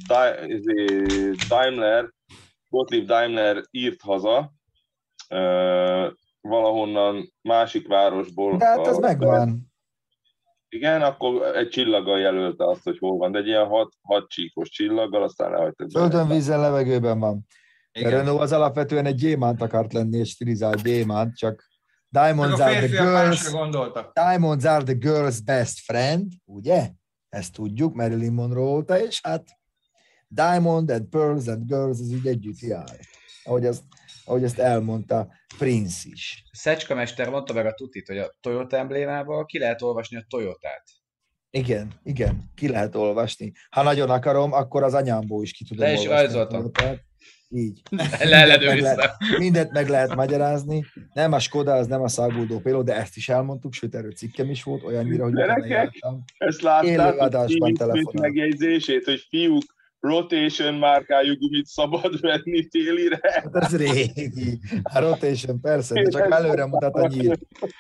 Daimler, Gottlieb Daimler írt haza, uh, valahonnan másik városból. De hát ez a- megvan. Igen, akkor egy csillaggal jelölte azt, hogy hol van, de egy ilyen hat, hat csíkos csillaggal, aztán elhagytak. Földön, vízen, levegőben van. De Igen. Renault az alapvetően egy gyémánt akart lenni, egy stilizált gyémánt, csak Csak Diamonds a are the férfiak girls, másra gondoltak. Diamonds are the girls best friend, ugye? Ezt tudjuk, Marilyn Monroe óta, és hát Diamond and Pearls and Girls, ez így együtt jár. Ahogy ezt, ahogy ezt elmondta Prince is. Szecska mester mondta meg a tutit, hogy a Toyota emblémával ki lehet olvasni a Toyotát. Igen, igen, ki lehet olvasni. Ha nagyon akarom, akkor az anyámból is ki tudom Le is olvasni. rajzoltam. Tehát Így. Leellenőriztem. Mindent meg lehet magyarázni. Nem a Skoda, az nem a száguldó péló, de ezt is elmondtuk, sőt erről cikkem is volt, olyannyira, hogy utána Gyerekek, jártam. ezt Élő láttátok adásban Steve Smith telefonál. megjegyzését, hogy fiúk, rotation márkájú gumit szabad venni télire. Hát ez régi. A rotation persze, de csak előre mutat a nyíl.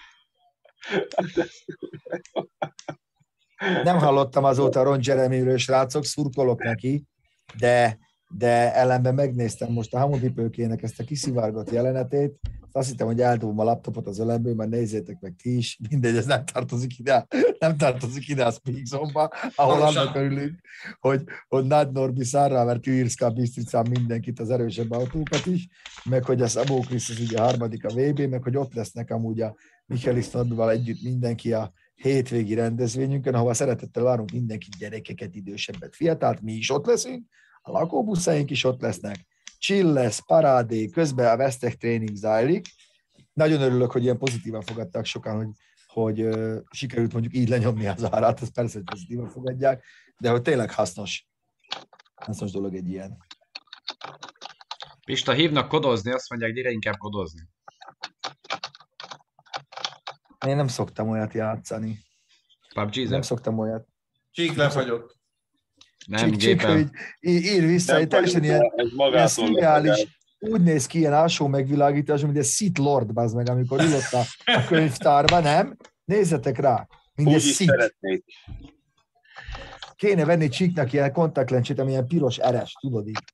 Nem hallottam azóta Ron Jeremyről, srácok, szurkolok neki, de, de ellenben megnéztem most a Hamudipőkének ezt a kiszivárgott jelenetét, azt hittem, hogy eldobom a laptopot az ölemből, mert nézzétek meg ti is, mindegy, ez nem tartozik ide, nem tartozik ide a Speak Zone-ba, ahol Pontosan. annak örülünk, hogy, hogy Nagy Norbi szárra, mert Tűrszka Bisztricán mindenkit, az erősebb autókat is, meg hogy a Szabó Krisz az ugye a harmadik a vé bé, meg hogy ott lesznek amúgy a Michaelis Norbival együtt mindenki a hétvégi rendezvényünkön, ahova szeretettel várunk mindenkit, gyerekeket, idősebbet, fiatalt, mi is ott leszünk, a lakóbuszaink is ott lesznek, chill lesz, parádé, közben a Vesztek tréning zajlik. Nagyon örülök, hogy ilyen pozitívan fogadták sokan, hogy, hogy uh, sikerült mondjuk így lenyomni az árát, ezt persze, hogy pozitívan fogadják, de hogy tényleg hasznos, hasznos dolog egy ilyen. Pista, hívnak kodozni, azt mondják, gyere inkább kodozni. Én nem szoktam olyat játszani. pé u bé-zel? Nem szoktam olyat. Csík lefagyott. Nem, Csik, csik, gépen. hogy így ír vissza, Nem hogy teljesen vagyunk, ilyen, ez ilyen magától szürreális, úgy néz ki ilyen alsó megvilágítás, mint egy Sith Lord, bazd meg, amikor ülött a, a könyvtárba, nem? Nézzetek rá, mint egy Úgy is Sith. szeretnék. Kéne venni Csiknak ilyen kontaktlencsét, ami ilyen piros eres, tudod így.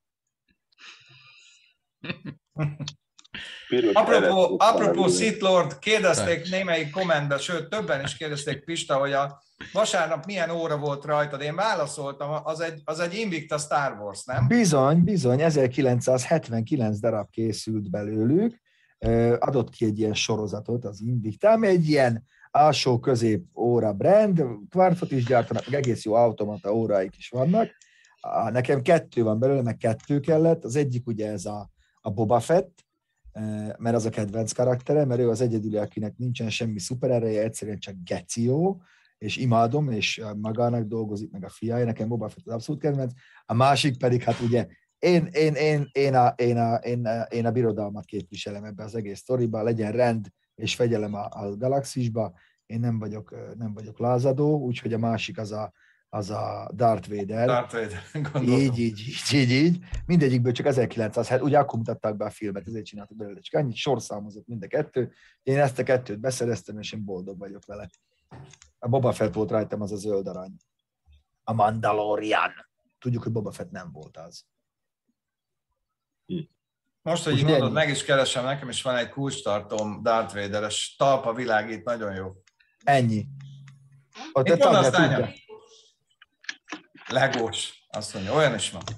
Piros Apropó, eredmény. apropó Sith Lord, kérdezték Thanks. némelyik kommentben, sőt többen is kérdezték, Pista, hogy a vasárnap milyen óra volt rajtad. Én válaszoltam, az egy, az egy Invicta Star Wars, nem? Bizony, bizony, ezerkilencszázhetvenkilenc darab készült belőlük, Ö, adott ki egy ilyen sorozatot az Invicta, ami egy ilyen alsó-közép óra brand, kvarcot is gyártanak, meg egész jó automata óráik is vannak. Á, Nekem kettő van belőle, meg kettő kellett, az egyik ugye ez a, a Boba Fett, ö, mert az a kedvenc karaktere, mert ő az egyedüli, akinek nincsen semmi szuperereje, egyszerűen csak geció, és imádom, és magának dolgozik, meg a fiája, nekem Boba Fett az abszolút kedvenc. A másik pedig, hát ugye én, én, én, én, a, én, a, én, a, én a birodalmat képviselem ebbe az egész sztoriba, legyen rend és fegyelem a, a galaxisba, én nem vagyok, nem vagyok lázadó, úgyhogy a másik az a, az a Darth Vader. Darth Vader, gondoltam. Így, így, így, így, így. Mindegyikből csak ezerkilencszázhetven, ugye akkor mutatták be a filmet, ezért csináltak belőle, csak annyit sorszámozott mind a kettő. Én ezt a kettőt beszereztem, és én boldog vagyok vele. A Boba Fett volt rajtam, az a zöld arany. A Mandalorian. Tudjuk, hogy Boba Fett nem volt az. Most, hogy így Úgyhogy mondod, ennyi. meg is keresem, nekem is van egy kulcstartóm Darth Vader-es talpa világít, nagyon jó. Ennyi. Ott Mit a tagja mondasz, tudja. Tánya? Legós. Azt mondja, olyan is van.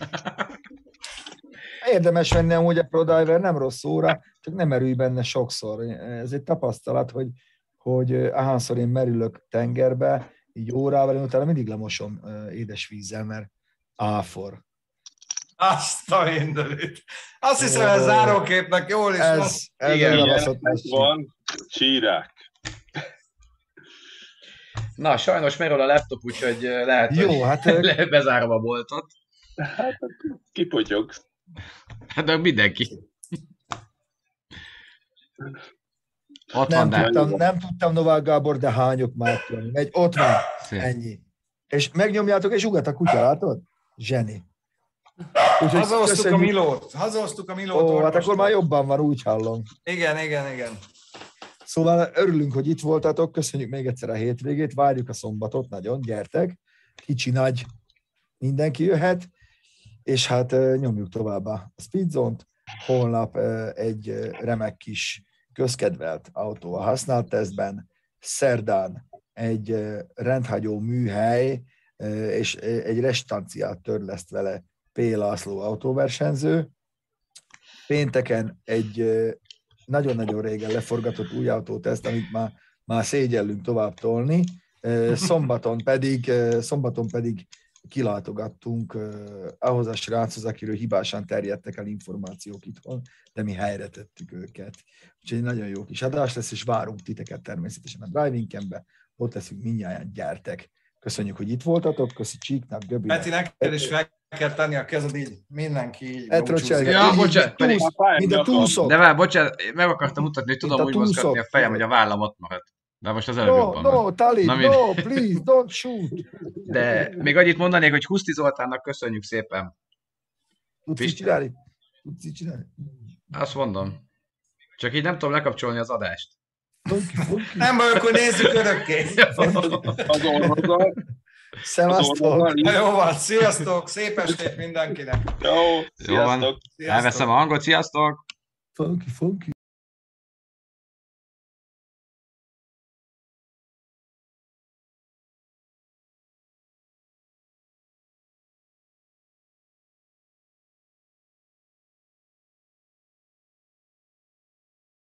Érdemes venni amúgy a ProDiver, nem rossz óra, csak nem merülj benne sokszor. Ez egy tapasztalat, hogy, hogy ahányszor én merülök tengerbe, így órával, én utána mindig lemosom édes vízzel, mert áfor. Azt a mindenit. Azt hiszem, ez záróképnek jól is van. Ez, ez Igen, egy igen. ravaszott Ez messzi. van, csírák. Na, sajnos merül a laptop, úgyhogy eh, lehet, Jó, hogy hát ö, le- bezárom a boltot. Kipotyogsz. Hát de mindenki. Ott nem, van, de tudtam, nem tudtam, Novák Gábor, de hányok már tudni. Megy, ott van, szép. ennyi. És megnyomjátok, és ugat a kutya, látod? Zseni. Úgyhogy Hazahoztuk a köszönjük. Milót. Hazahoztuk a Milót. Ó, hát orvostól. akkor már jobban van, úgy hallom. Igen, igen, igen. Szóval örülünk, hogy itt voltatok, köszönjük még egyszer a hétvégét, várjuk a szombatot, nagyon, gyertek, kicsi, nagy, mindenki jöhet, és hát ö, nyomjuk tovább a Speedzone-t, holnap ö, egy ö, remek kis közkedvelt autó a használt tesztben, szerdán egy rendhagyó műhely és egy restanciát törleszt vele P. László autóversenyző, pénteken egy nagyon-nagyon régen leforgatott új autóteszt, amit már, már szégyellünk tovább tolni, szombaton pedig, szombaton pedig kilátogattunk uh, ahhoz a sráchoz, akiről hibásan terjedtek el információk itthon, de mi helyre tettük őket. Úgyhogy nagyon jó kis adás lesz, és várunk titeket természetesen a Driving Campbe, ott leszünk mindnyáján, gyertek. Köszönjük, hogy itt voltatok, köszi Csíknak, Göbinek. Peti, neked is fel kell tenni a kezed így, mindenki így. Etrocselget, Ja, bocsánat, túsz, mint a túszok. De vár, bocsánat, meg akartam mutatni, hogy tudom úgy mozgatni a fejem, hogy a vállam ott maradt. De most az előbb No, jobban. no, Tali, Na, no, please, don't shoot. De még annyit mondanék, hogy Huszti Zoltánnak köszönjük szépen. Tudsz így csinálni? Tudsz így csinálni? Azt mondom. Csak így nem tudom lekapcsolni az adást. Funky, funky. Nem baj, akkor nézzük örökké. Az orvoddal. Szevasztok. Jó van, sziasztok, szép estét mindenkinek. Jó, Jó van. sziasztok. Elveszem a hangot, sziasztok! Funky, funky.